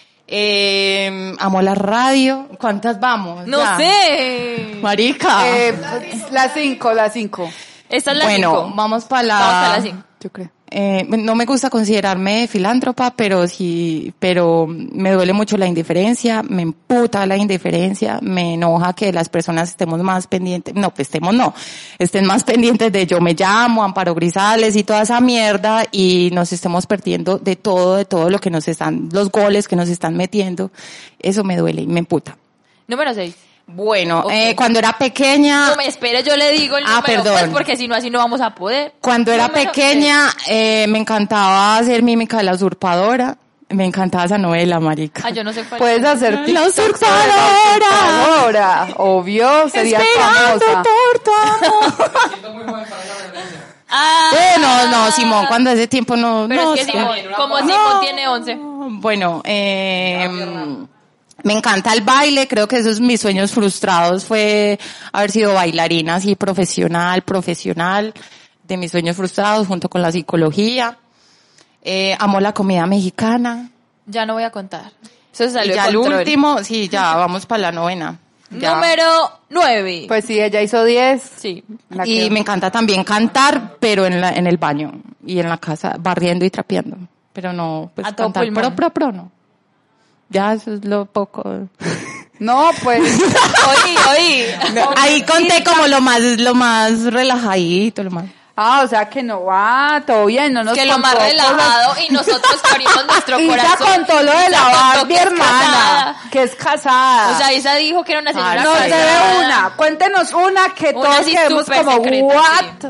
Eh, amo la radio. ¿Cuántas vamos? No Ya. sé. Marica. Eh, las cinco, las cinco. Esta es la bueno, cinco. vamos para la... Vamos para la cinco. Yo creo. Eh, no me gusta considerarme filántropa, pero sí, pero me duele mucho la indiferencia, me emputa la indiferencia, me enoja que las personas estemos más pendientes, no, pues estemos no, estén más pendientes de yo me llamo, Amparo Grisales y toda esa mierda y nos estemos perdiendo de todo, de todo lo que nos están, los goles que nos están metiendo. Eso me duele y me emputa. Número seis. Bueno, Ok. eh, cuando era pequeña... No me espere, yo le digo el Ah, número, perdón. pues, porque si no, así no vamos a poder. Cuando era Número pequeña, eh, me encantaba hacer mímica de la usurpadora. Me encantaba esa novela, marica. Ah, yo no sé cuál Puedes es. hacer La TikTok sobre usurpadora. la usurpadora. Obvio, sería Esperando famosa. por tu amor. Ah, Eh, no, no, Simón, cuando hace tiempo no... pero no es que sé. Simón, como No. Simón tiene once. Bueno, eh, me encanta el baile, creo que esos mis sueños frustrados fue haber sido bailarina así profesional, profesional, de mis sueños frustrados junto con la psicología. Eh, amo la comida mexicana. Ya no voy a contar. Eso se Y salió ya de el control. último, sí, ya vamos para la novena. Ya. Número nueve. Pues sí, ella hizo diez. Sí. La Y que- me encanta también cantar, pero en la, en el baño y en la casa, barriendo y trapeando. Pero no, pues A todo cantar, pulmón. pro, pro, pro, no. Ya eso es lo poco. No, pues. Oí, oí. Ahí conté como lo más, lo más relajadito, lo más. Ah, o sea que no va, todo bien, no nos Que lo más contó relajado y nosotros que abrimos nuestro cosas. Isa corazón. contó lo de Isa la contó Barbie, que es hermana, casada. que es casada. O sea, Isa dijo que era una señora no se casada. ve una. Cuéntenos una que Una todos así quedemos súper como, secreta, what?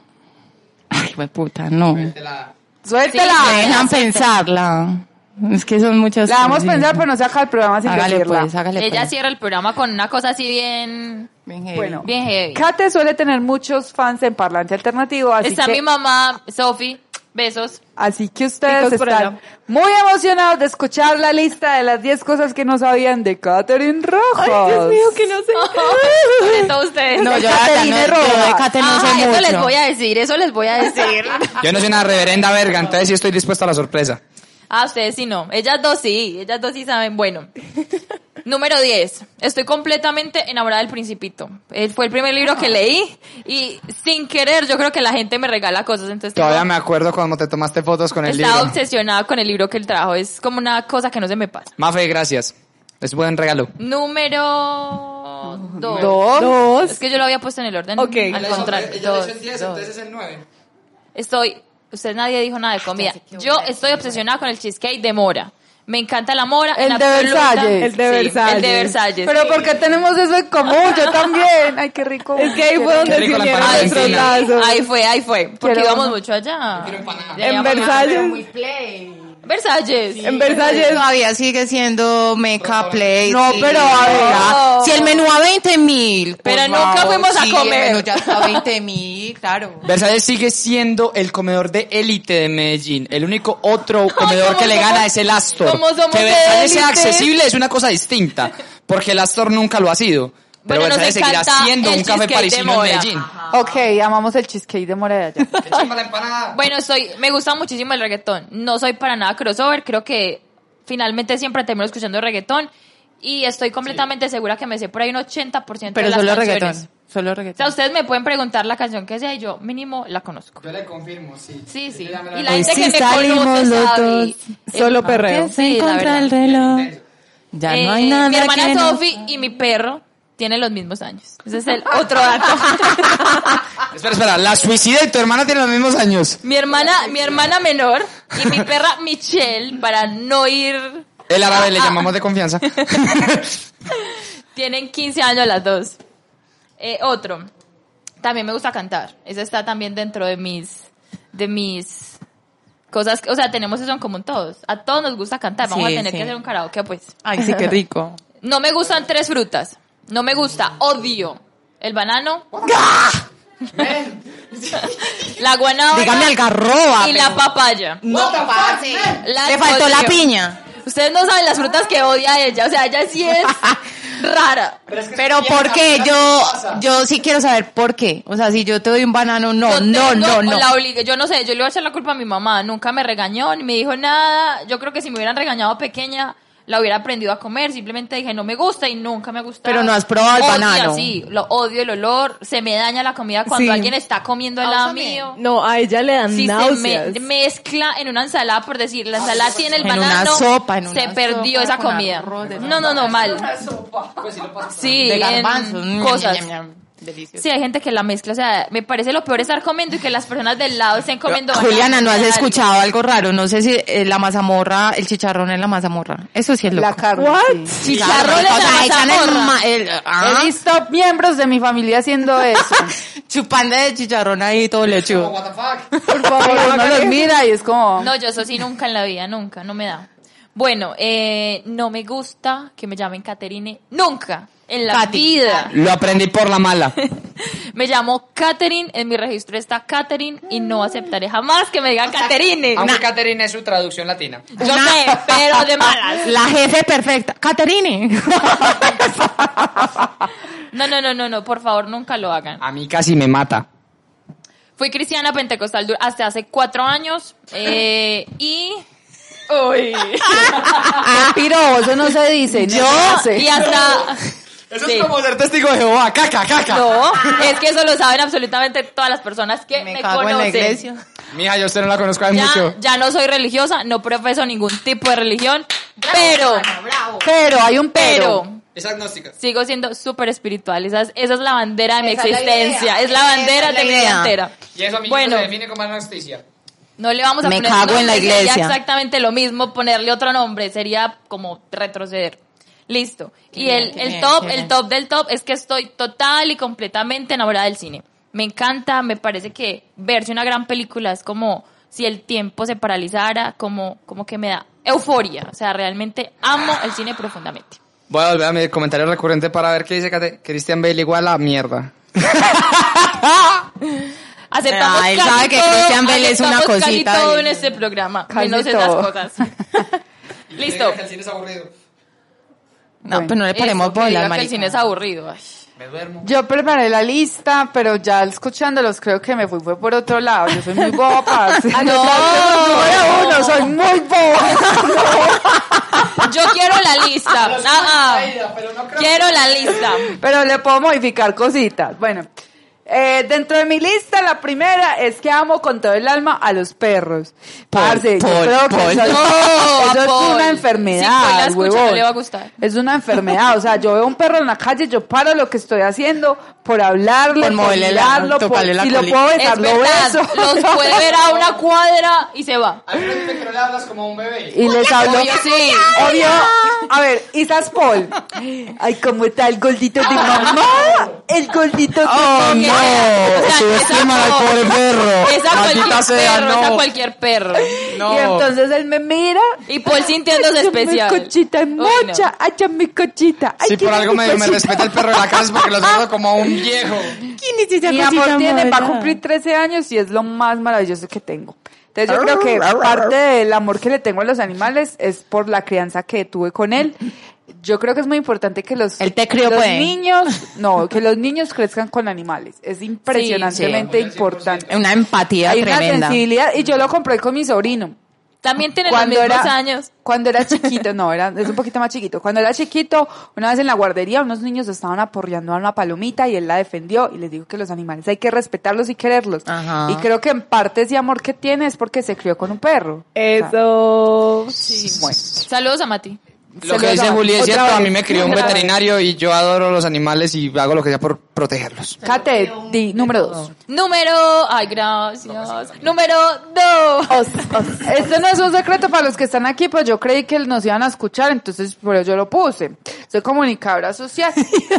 Ay, me puta, no. Suéltela. Sí, Me dejan pensarla. Es que son muchas La vamos a cosas. pensar, pero no se acaba el programa sin Hágale decirla. pues, hágale Ella pues. cierra el programa con una cosa así bien, Bien heavy. Bueno, bien heavy. Kate suele tener muchos fans en Parlante Alternativo, así Está que, mi mamá, Sofi, besos. así que ustedes Picos por están allá. muy emocionados de escuchar la lista de las diez cosas que no sabían de Catherine Rojas. Ay, Dios mío, que no sé. Sobre todo ustedes. No, yo la Caterine verdad no, yo de Rojas. Kate no Ah, sé eso mucho. les voy a decir, eso les voy a decir. Yo no soy una reverenda verga, entonces sí estoy dispuesto a la sorpresa. Ah, ustedes sí no. Ellas dos sí, ellas dos sí saben. Bueno. Número diez. Estoy completamente enamorada del Principito. Eh, Fue el primer libro que leí y sin querer yo creo que la gente me regala cosas. Entonces Todavía tengo- me acuerdo cuando te tomaste fotos con el estaba libro. obsesionada con el libro que él trajo. Es como una cosa que no se me pasa. Mafe, gracias. Es buen regalo. Número dos. Dos. Dos. Es que yo lo había puesto en el orden. Ok. Al contrario. Dos, dos. es el nueve. Estoy, usted nadie dijo nada de comida. Yo estoy obsesionada con el cheesecake de mora. Me encanta la mora. El en de absoluta- Versalles. El de Sí, Versalles. El de Versalles. Pero porque tenemos eso en común, yo también. Ay, qué rico. Es que ahí fue donde Qué se rico la unieron empanada Ahí, nuestros argentina. lazos. ahí fue, ahí fue. Porque Quiero- íbamos mucho allá. Ya En íbamos- Versalles. Versalles. En Versalles. Todavía sigue siendo Meca Play. No, sí. pero a ver. Ya. Si el menú a veinte mil. Pero nunca fuimos a sí, comer. el menú ya está a veinte mil, claro. Versalles sigue siendo el comedor de élite de Medellín. El único otro comedor ¿cómo que le somos- gana es el Astor. cómo somos Que de Versalles sea élite? accesible es una cosa distinta, porque el Astor nunca lo ha sido. Pero Bueno, nos Versalles seguirá encanta siendo el un café cheesecake de parisino en mora. Medellín. Ok, amamos el cheesecake de mora de allá. Qué chimba la empanada. Bueno, soy, me gusta muchísimo el reggaetón. No soy para nada crossover. Creo que finalmente siempre termino escuchando reggaetón. Y estoy completamente segura que me sé por ahí un ochenta por ciento Pero de las solo canciones. reggaetón. Solo O reggaetón. sea, ustedes me pueden preguntar la canción que sea y yo mínimo la conozco. Yo le confirmo, sí. Sí, sí. Yo ya me la- Y la Hoy gente sí que me salimos conoce los sabe. dos. Solo Eh, perreo. Sí, la contra verdad. el reloj. Ya Eh, no hay nada mi hermana que no- Sofi y mi perro tienen los mismos años. Ese es el otro dato. Espera, espera, la suicida y tu hermana tienen los mismos años. Mi hermana, mi hermana menor y mi perra Michelle, para no ir... El árabe le Ah, ah. llamamos de confianza. Tienen quince años las dos. Eh, otro. También me gusta cantar. Eso está también dentro de mis... De mis... Cosas, o sea, tenemos eso en común todos. A todos nos gusta cantar. Vamos Sí, a tener sí. que hacer un karaoke, pues. Ay, sí, qué rico. No me gustan tres frutas. No me gusta, odio el banano, la guanábana Dígame algarroba. y la papaya. No, parce. Las Le faltó la odio. piña. Ustedes no saben las frutas que odia ella. O sea, ella sí es rara. Pero ¿por qué? Yo, yo sí quiero saber por qué. O sea, si yo te doy un banano, no, Yo no, tengo no, no. La obligue. Yo no sé, yo le voy a echar la culpa a mi mamá. Nunca me regañó ni me dijo nada. Yo creo que si me hubieran regañado pequeña, la hubiera aprendido a comer. Simplemente dije, no me gusta y nunca me ha gustado. Pero no has probado el Odio banano. así, lo odio el olor. Se me daña la comida cuando Sí. alguien está comiendo al lado mío. No, a ella le dan Si se náuseas. me mezcla en una ensalada, por decir, la ensalada tiene el En una banano, sopa, en se una perdió sopa esa con comida. arroz de No, no, no, mal. Sí, De en garbanzos. Mm, cosas. ñam, ñam, ñam. Delicioso. Sí, hay gente que la mezcla, o sea, me parece lo peor estar comiendo y que las personas del lado estén comiendo. Juliana, ¿no has banano. escuchado algo raro? No sé si eh, la mazamorra, el chicharrón en la mazamorra. Eso sí es loco. La carne. What? sí. Chicharrón en O la sea, echan el mazamorra. ma- el- ah, He visto miembros de mi familia haciendo eso. chupando de chicharrón ahí todo lechudo. Por favor, Pero uno hágale. los mira y es como... No, yo eso sí nunca en la vida, nunca, no me da. Bueno, eh, no me gusta que me llamen Caterine, nunca, en la Katy. vida. Lo aprendí por la mala. Me llamo Catherine, en mi registro está Catherine y no aceptaré jamás que me digan Caterine. Aunque Caterina es su traducción latina. Yo sé, pero de malas. La jefe perfecta. Caterine. No, no, no, no, no, por favor, nunca lo hagan. A mí casi me mata. Fui cristiana pentecostal du- hasta hace cuatro años eh, y... Uy. Ah, piro, eso no se dice. Yo no se hace. y hasta... Eso Sí. es como ser testigo de Jehová. Caca, caca. No, es que eso lo saben absolutamente todas las personas que me, Me cago en la conocen. iglesia. Mija, yo a usted no la conozco hace Ya, mucho. ya no soy religiosa, no profeso ningún tipo de religión, pero, Pero, hay un pero. pero, Es agnóstica. sigo siendo súper espiritual. Esa es, esa es la bandera de mi Esa es la existencia. idea. Es la Esa bandera es la de mi idea. vida entera. Y eso a mí Bueno, se define como agnosticia. no le vamos a Me poner cago en la nombre, sería iglesia. exactamente lo mismo, ponerle otro nombre, sería como retroceder. Listo. Y bien, el, qué el bien, top, qué el bien. top del top es que estoy total y completamente enamorada del cine. Me encanta, me parece que verse una gran película es como si el tiempo se paralizara, como, como que me da euforia. O sea, realmente amo el cine profundamente. Voy a volver a mi comentario recurrente para ver qué dice Cate. Christian Bale igual a mierda. Aceptamos Ah, él casi sabe que todo, Christian Bale es una aceptamos cosita casi todo de- en este programa, Casi menos esas todo. cosas. Listo. El cine es aburrido. No, pues no le paremos Eso, que diga bolas, que el cine es marica. aburrido. Ay. Me duermo. Yo preparé la lista, pero ya escuchándolos creo que me fui fue por otro lado. Yo soy muy boba para hacer- Ah, no. Número uno, soy muy boba. Yo quiero la lista. Ah, ah. Quiero la lista. Pero le puedo modificar cositas. Bueno, eh, dentro de mi lista, la primera es que amo con todo el alma a los perros. Paul, Parce, yo Paul, creo que Paul. eso, No, eso es Paul. una Si enfermedad, Paul la escucha, huevón. no le va a gustar. Es una enfermedad. O sea, yo veo un perro en la calle, yo paro lo que estoy haciendo por hablarle, Por por, moverle la- mirarlo, por, tocarle la si lo colita. puedo Es besar, lo verdad. beso. Los puede ver a una cuadra y se va. Hay gente que no le hablas como a un bebé. Y les hablo. Obvio, sí. Obvio. A ver, Isas Paul. Ay, ¿cómo está el gordito de mamá? El gordito de mamá. no. O sea, subestiman esa al no. pobre perro. Es a Maldita cualquier sea, perro, es a no. cualquier perro. No. Y entonces él me mira. Y Paul sintiéndose Ay, especial. Mi cochita es Uy, no. mucha. Ay, ya mi cochita. Ay, Si por ¿quién es algo mi medio me cochita? respeta el perro de la casa es porque lo trato como a un viejo. Mi amor tiene, va a cumplir trece años y es lo más maravilloso que tengo. Entonces yo creo que parte del amor que le tengo a los animales es por la crianza que tuve con él. Yo creo que es muy importante que los, Él te crió, los pues. niños, no, que los niños crezcan con animales. Es impresionantemente importante. Una empatía Hay una tremenda. sensibilidad y yo lo compré con mi sobrino. También tienen los Cuando mismos era, años. cuando era chiquito, no, era, es un poquito más chiquito. Cuando era chiquito, una vez en la guardería, unos niños estaban aporreando a una palomita y él la defendió y les dijo que los animales hay que respetarlos y quererlos. Ajá. Y creo que en parte ese amor que tiene es porque se crió con un perro. Eso. Sí, bueno. Saludos a Mati. Lo se que dice daban. Juli es Otra cierto, a vez. mí me crió un veterinario y yo adoro los animales y hago lo que sea por protegerlos. Kate, di número dos. Número, ay, gracias. Número dos. Esto no es un secreto para los que están aquí, pues yo creí que nos iban a escuchar, entonces por eso yo lo puse. Soy comunicadora social.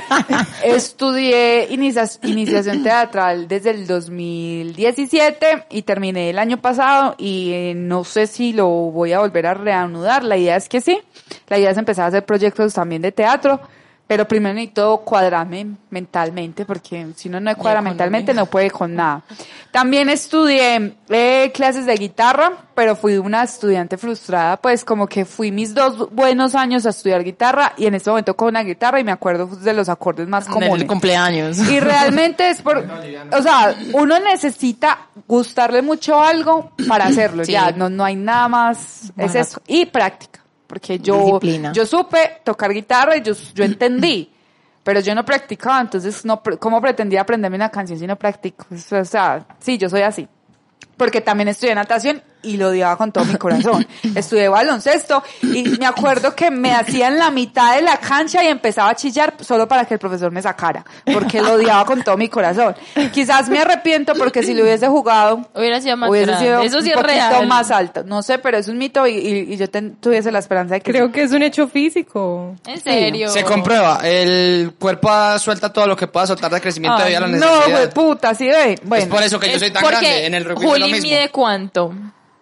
Estudié inicia- iniciación teatral desde el dos mil diecisiete y terminé el año pasado y eh, no sé si lo voy a volver a reanudar. La idea es que sí. La idea es empezar a hacer proyectos también de teatro, pero primero necesito cuadrarme mentalmente, porque si uno no me cuadra mentalmente no puede con nada. También estudié eh, clases de guitarra, pero fui una estudiante frustrada, pues como que fui mis dos buenos años a estudiar guitarra y en este momento con una guitarra y me acuerdo de los acordes más comunes. Del cumpleaños. Y realmente es por, o sea, uno necesita gustarle mucho algo para hacerlo, Sí. ya, no, no hay nada más, es Barato. eso, y práctica, porque yo, Disciplina. yo supe tocar guitarra y yo, yo entendí, pero yo no practicaba, entonces no, pre- ¿cómo pretendía aprenderme una canción si no practico? O sea, sí, yo soy así. Porque también estudié natación y lo odiaba con todo mi corazón. Estudié baloncesto y me acuerdo que me hacían la mitad de la cancha y empezaba a chillar solo para que el profesor me sacara, porque lo odiaba con todo mi corazón. Quizás me arrepiento porque si lo hubiese jugado, Hubiera sido más hubiese grande. sido Eso sí un es poquito real. más alto. No sé, pero es un mito y, y, y yo ten- tuviese la esperanza de que Creo sí. que es un hecho físico. En serio. Se comprueba, el cuerpo suelta todo lo que pueda soltar de crecimiento Ay, debido a la No, necesidad. güey, puta, sí ve. Bueno, Es por eso que yo Es soy tan porque grande, en el rugby es lo Juli mismo. mide cuánto.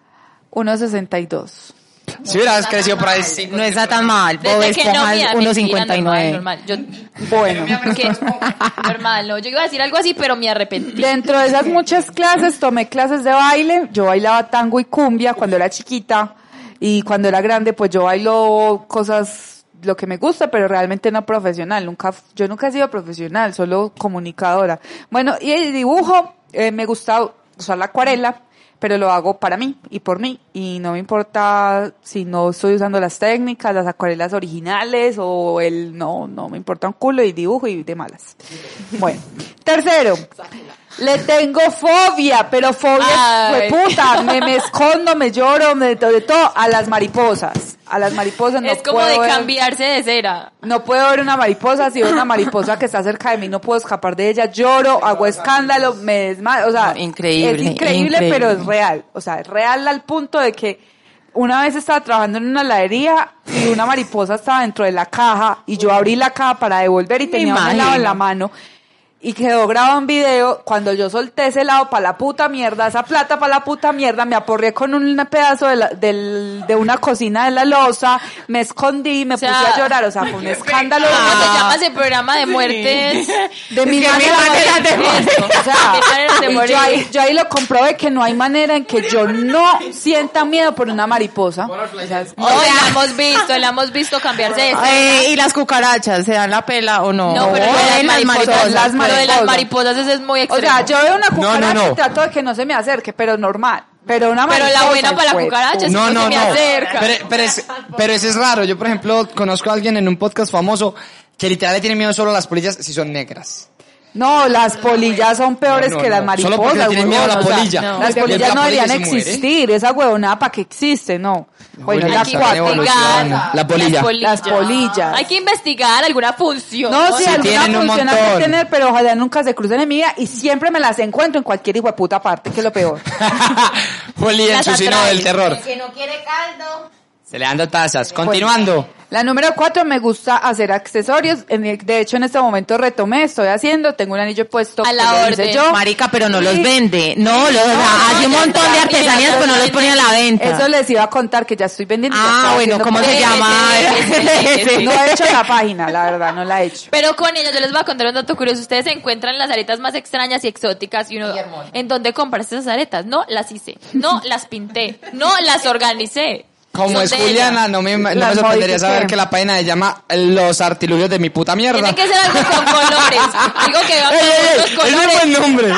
uno sesenta y dos. Si hubieras crecido por ahí cinco No está tan mal. Bob Desde que no Esponja mida, es uno mentira, cincuenta y normal, nueve. normal. Yo, Bueno. que, normal, no. Yo iba a decir algo así, pero me arrepentí. Dentro de esas muchas clases tomé clases de baile. Yo bailaba tango y cumbia cuando era chiquita y cuando era grande pues yo bailo cosas lo que me gusta, pero realmente no profesional. Nunca, yo nunca he sido profesional, solo comunicadora. Bueno, y el dibujo, eh, me gusta usar la acuarela, pero lo hago para mí y por mí y no me importa si no estoy usando las técnicas, las acuarelas originales o el no, no me importa un culo y dibujo y de malas. Bueno, tercero, le tengo fobia, pero fobia, Ay. fue puta, me, me escondo, me lloro, me de, de todo, a las mariposas, a las mariposas no es como puedo de ver- cambiarse de cera. no puedo ver una mariposa, si veo una mariposa que está cerca de mí, no puedo escapar de ella, lloro, hago escándalo, me desmayo, o sea, No, increíble, es increíble, increíble. pero es real, o sea, es real al punto de que una vez estaba trabajando en una heladería y una mariposa estaba dentro de la caja y yo abrí la caja para devolver y Me tenía un helado en imagino. la mano. Y quedó grabado en video, cuando yo solté ese helado para la puta mierda, esa plata para la puta mierda, me aporreé con un pedazo de, la, del, de una cocina de la loza, me escondí, me O sea, puse a llorar, o sea, fue un escándalo. ¿Cómo se Ah, llama ese programa de muertes? de mi Es que manera mi manera de morir. Eso, o sea, mi manera de y morir. yo ahí, yo ahí lo comprobé que no hay manera en que yo no sienta miedo por una mariposa. O sea, es- No, la hemos visto, la hemos visto cambiarse de cera. Eh, ¿Y las cucarachas se dan la pela o no? No, pero lo de En las mariposas, las lo de las mariposas. mariposas ese es muy o extremo. sea, yo veo una cucaracha no, no. y trato de que no se me acerque, pero normal. Pero una Pero la mariposa buena para la fue- cucaracha es No, que no, se me no. acerca. Pero, pero, es, pero ese es raro. Yo, por ejemplo, conozco a alguien en un podcast famoso que literal le tiene miedo solo a las polillas si son negras. No, las polillas son peores No, no, que las no. mariposas. Solo porque le tienen miedo a la huevón, o sea, polilla. no. Las Porque polillas la no polilla deberían se muere. existir. Esa huevonada para que existe, no. Bueno, Juli, la está cuatro. evolucionando. La polilla. Las polillas. Hay que investigar alguna función. No, sí, Sí, alguna tienen un función hay que montón. tener, pero ojalá nunca se crucen en mi vida y siempre me las encuentro en cualquier hijueputa parte, que es lo peor. Juli en Las su sino atrae. del terror. Que no quiere caldo. Se le dando tazas. Continuando. La número cuatro, me gusta hacer accesorios. En el- De hecho, en este momento retomé, estoy haciendo, tengo un anillo puesto. A la que lo hice orden. yo. Marica, pero no los Sí. vende. No, los, o sea, hay un montón de artesanías, pero no los pone a la venta. Eso les iba a contar que ya estoy vendiendo. y ya Ah, estoy bueno, haciendo ¿cómo se cosas. llama? No he hecho la página, la verdad, no la he hecho. Pero con ella yo les voy a contar un dato curioso. Ustedes encuentran las aretas más extrañas y exóticas y uno, ¿en dónde compraste esas aretas? No, las hice. No, las pinté. No, las organicé. Como Son es de Juliana, ella. no me, no me Las sorprendería modifiqué. saber que la página se llama Los Artilugios de mi puta mierda. Tiene que ser algo con colores. Algo que va con ¡Ey, ey, ey! muchos ¡Es un colores. buen nombre!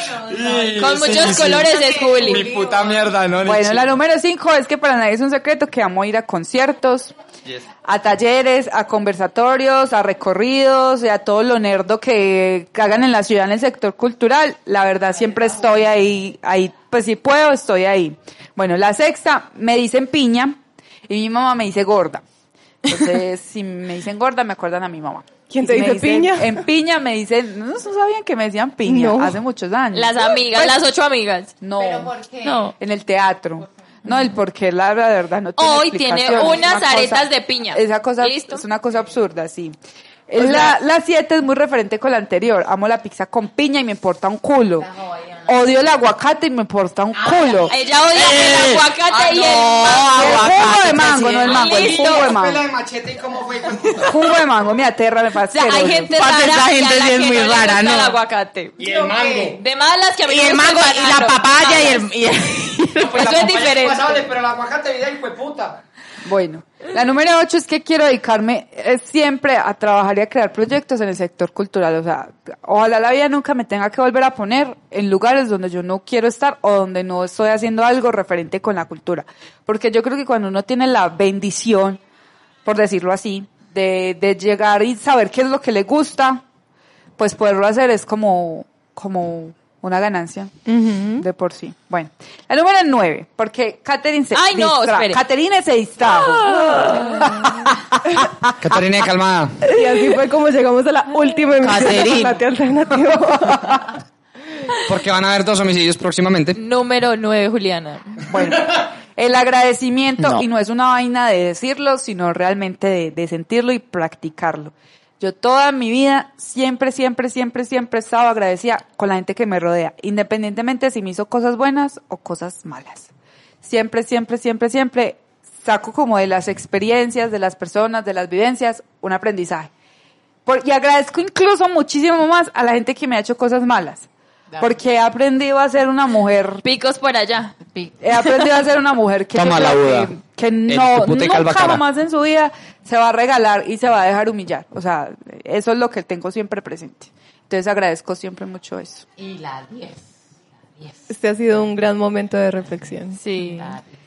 Con muchos colores es Juli. Mi puta mierda, ¿no? Bueno, la número cinco es que para nadie es un secreto que amo ir a conciertos, a talleres, a conversatorios, a recorridos, y a todo lo nerdo que hagan en la ciudad en el sector cultural. La verdad siempre estoy ahí, ahí, pues si puedo estoy ahí. Bueno, la sexta, me dicen piña y mi mamá me dice gorda. Entonces, si me dicen gorda, me acuerdan a mi mamá. ¿Quién Y te si me dice dicen- piña? En piña me dicen, no, no sabían que me decían piña, No. hace muchos años. Las amigas, Pues, las ocho amigas. No, No. en el teatro. No, el porqué, la verdad, no tiene Hoy tiene explicación. Es unas una aretas cosa- de piña. Esa cosa ¿Listo? es una cosa absurda, sí. La, la siete es muy referente con la anterior. Amo la pizza con piña y me importa un culo. Odio el aguacate y me importa un culo. Ella odia el aguacate y el Y el jugo de mango, no el mango, el Listo. jugo de mango. de machete y cómo fue. Jugo de mango, me aterra, me O pasa. sea, hay gente Parce, rara esa y a gente la sí es que muy no le rara, gusta ¿no? el aguacate. Y el mango. De malas que a mí Y me el gusta mango y la banano. papaya y Malas. el... y el- Eso es diferente. Pero el aguacate vida hijo de puta. Bueno, la número ocho es que quiero dedicarme eh, siempre a trabajar y a crear proyectos en el sector cultural. O sea, ojalá la vida nunca me tenga que volver a poner en lugares donde yo no quiero estar o donde no estoy haciendo algo referente con la cultura. Porque yo creo que cuando uno tiene la bendición, por decirlo así, de, de llegar y saber qué es lo que le gusta, pues poderlo hacer es como, como una ganancia de por sí. Bueno, la número nueve, porque Catherine se Ay, no, distra- espere. Catherine se distrajo. Catarina, calmada. Y así fue como llegamos a la última emisión de Caterín. Parlante Alternativo. Porque van a haber dos homicidios próximamente. Número nueve, Juliana. Bueno, el agradecimiento, No. y no es una vaina de decirlo, sino realmente de, de sentirlo y practicarlo. Yo toda mi vida siempre, siempre, siempre, siempre he estado agradecida con la gente que me rodea, independientemente si me hizo cosas buenas o cosas malas. Siempre, siempre, siempre, siempre saco como de las experiencias, de las personas, de las vivencias, un aprendizaje. Por- y agradezco incluso muchísimo más a la gente que me ha hecho cosas malas. Porque he aprendido a ser una mujer Picos por allá. He aprendido a ser una mujer que, Toma yo la creo Buda. que, que El no, tu puta y calva nunca cara. jamás en su vida se va a regalar y se va a dejar humillar. O sea, eso es lo que tengo siempre presente. Entonces agradezco siempre mucho eso. Y la diez. Este ha sido un gran momento de reflexión. Sí.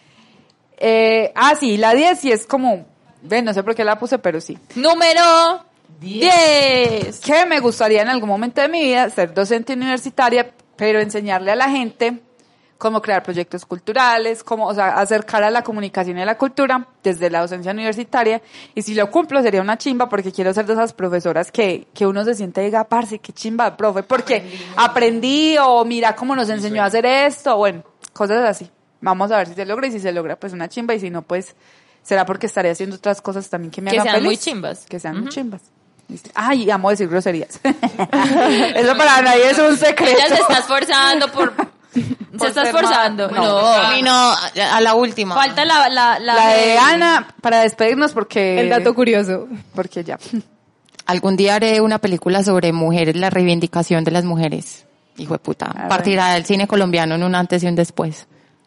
Eh, ah, sí, la diez y es como, ven, no sé por qué la puse, pero sí. Número diez. Que me gustaría en algún momento de mi vida ser docente universitaria, pero enseñarle a la gente cómo crear proyectos culturales, cómo, o sea, acercar a la comunicación y a la cultura desde la docencia universitaria. Y si lo cumplo sería una chimba porque quiero ser de esas profesoras que, que uno se siente y diga, parce, qué chimba, profe, porque aprendí o mira cómo nos enseñó a hacer esto, bueno, cosas así. Vamos a ver si se logra y si se logra, pues una chimba y si no, pues será porque estaré haciendo otras cosas también que me Que hagan sean feliz. muy chimbas. Que sean Ujú. muy chimbas. ¿Viste? Ay, amo decir groserías. Eso para nadie es un secreto. Ella se está esforzando por... Se está ser esforzando. ma- No. no. A mí no, a la última. Falta la... La, la, La de Ana, para despedirnos porque... El dato curioso. Porque ya. Algún día haré una película sobre mujeres, la reivindicación de las mujeres. Hijo de puta. A ver. Partirá del cine colombiano en un antes y un después.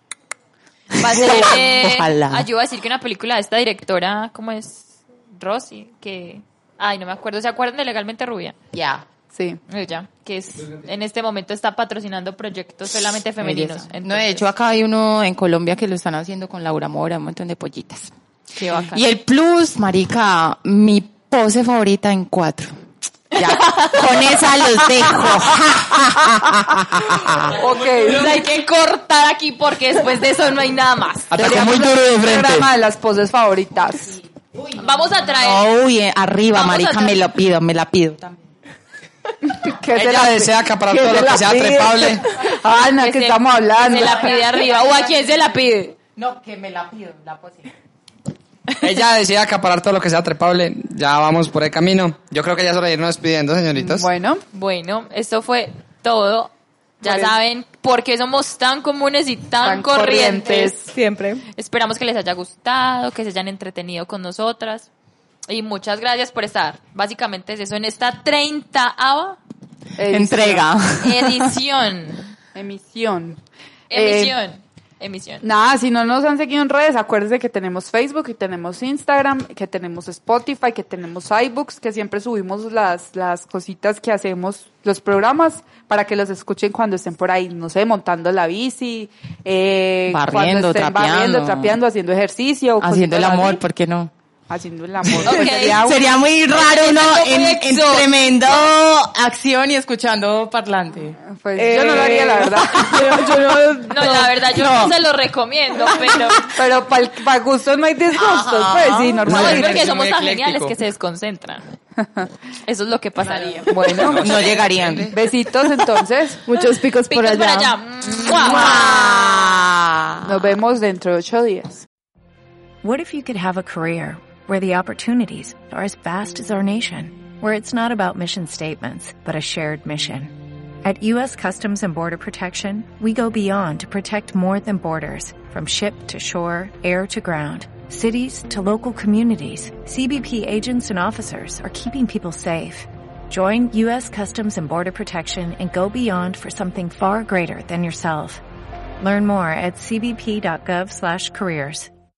Va a ser... eh, Ojalá. ayuda a decir que una película de esta directora, ¿cómo es? Rosy, que... Ay, no me acuerdo. ¿Se acuerdan de Legalmente Rubia? Ya. Sí. Ella, que es, en este momento está patrociando proyectos solamente femeninos. No, de Entonces, hecho, acá hay uno en Colombia que lo están haciendo con Laura Mora, un montón de pollitas. qué bacán. Y el plus, marica, mi pose favorita en cuatro. Ya, con esa los dejo. Ok. Entonces hay que cortar aquí porque después de eso no hay nada más. Atacó muy duro de frente. Programa de las poses favoritas. Vamos a traer... Uy, eh, arriba, Vamos marica, a- me lo pido, me la pido. ¿Qué se Ella la- desea acaparar qué todo se lo la que sea pide? trepable. Ana, que se- estamos hablando. Se la pide arriba. ¿O a quién se la pide? No, que me la pido, la pose. Ella decía acaparar todo lo que sea trepable. Ya vamos por el camino. Yo creo que ya es hora de irnos despidiendo, señoritos. Bueno, Bueno, esto fue todo. Ya Por el- saben por qué somos tan comunes y tan, Tan corrientes. corrientes. Siempre. Esperamos que les haya gustado, que se hayan entretenido con nosotras. Y muchas gracias por estar. Básicamente es eso en esta treintaava Entrega. edición. Emisión. Eh, Emisión. Emisión. Nada, si no nos han seguido en redes, acuérdense que tenemos Facebook, que tenemos Instagram, que tenemos Spotify, que tenemos iBooks, que siempre subimos las, las cositas que hacemos, los programas, para que los escuchen cuando estén por ahí, no sé, montando la bici, eh, Barriendo, cuando estén trapeando. barriendo, trapeando, haciendo ejercicio. Haciendo el cositas amor, así. ¿por qué no? haciendo el amor. Ok. Pues sería, Sería muy raro uno algo muy en, en exótico. tremendo acción y escuchando parlante. pues yo no lo haría, la verdad. Yo, yo no, No, la verdad, yo no, se lo recomiendo, pero... Pero para pa gustos no hay disgustos, pues sí, No, normal. es Muy porque muy somos tan ecléctico. geniales que se desconcentran. Eso es lo que pasaría. Bueno, No llegarían. besitos entonces. muchos picos por Picos allá. por allá. ¡Mua! Ah. Nos vemos dentro de ocho días. What if you could have a career where the opportunities are as vast as our nation, where it's not about mission statements, but a shared mission? At U S Customs and Border Protection, we go beyond to protect more than borders, from ship to shore, air to ground, cities to local communities. C B P agents and officers are keeping people safe. Join U S Customs and Border Protection and go beyond for something far greater than yourself. Learn more at c b p dot gov slash careers.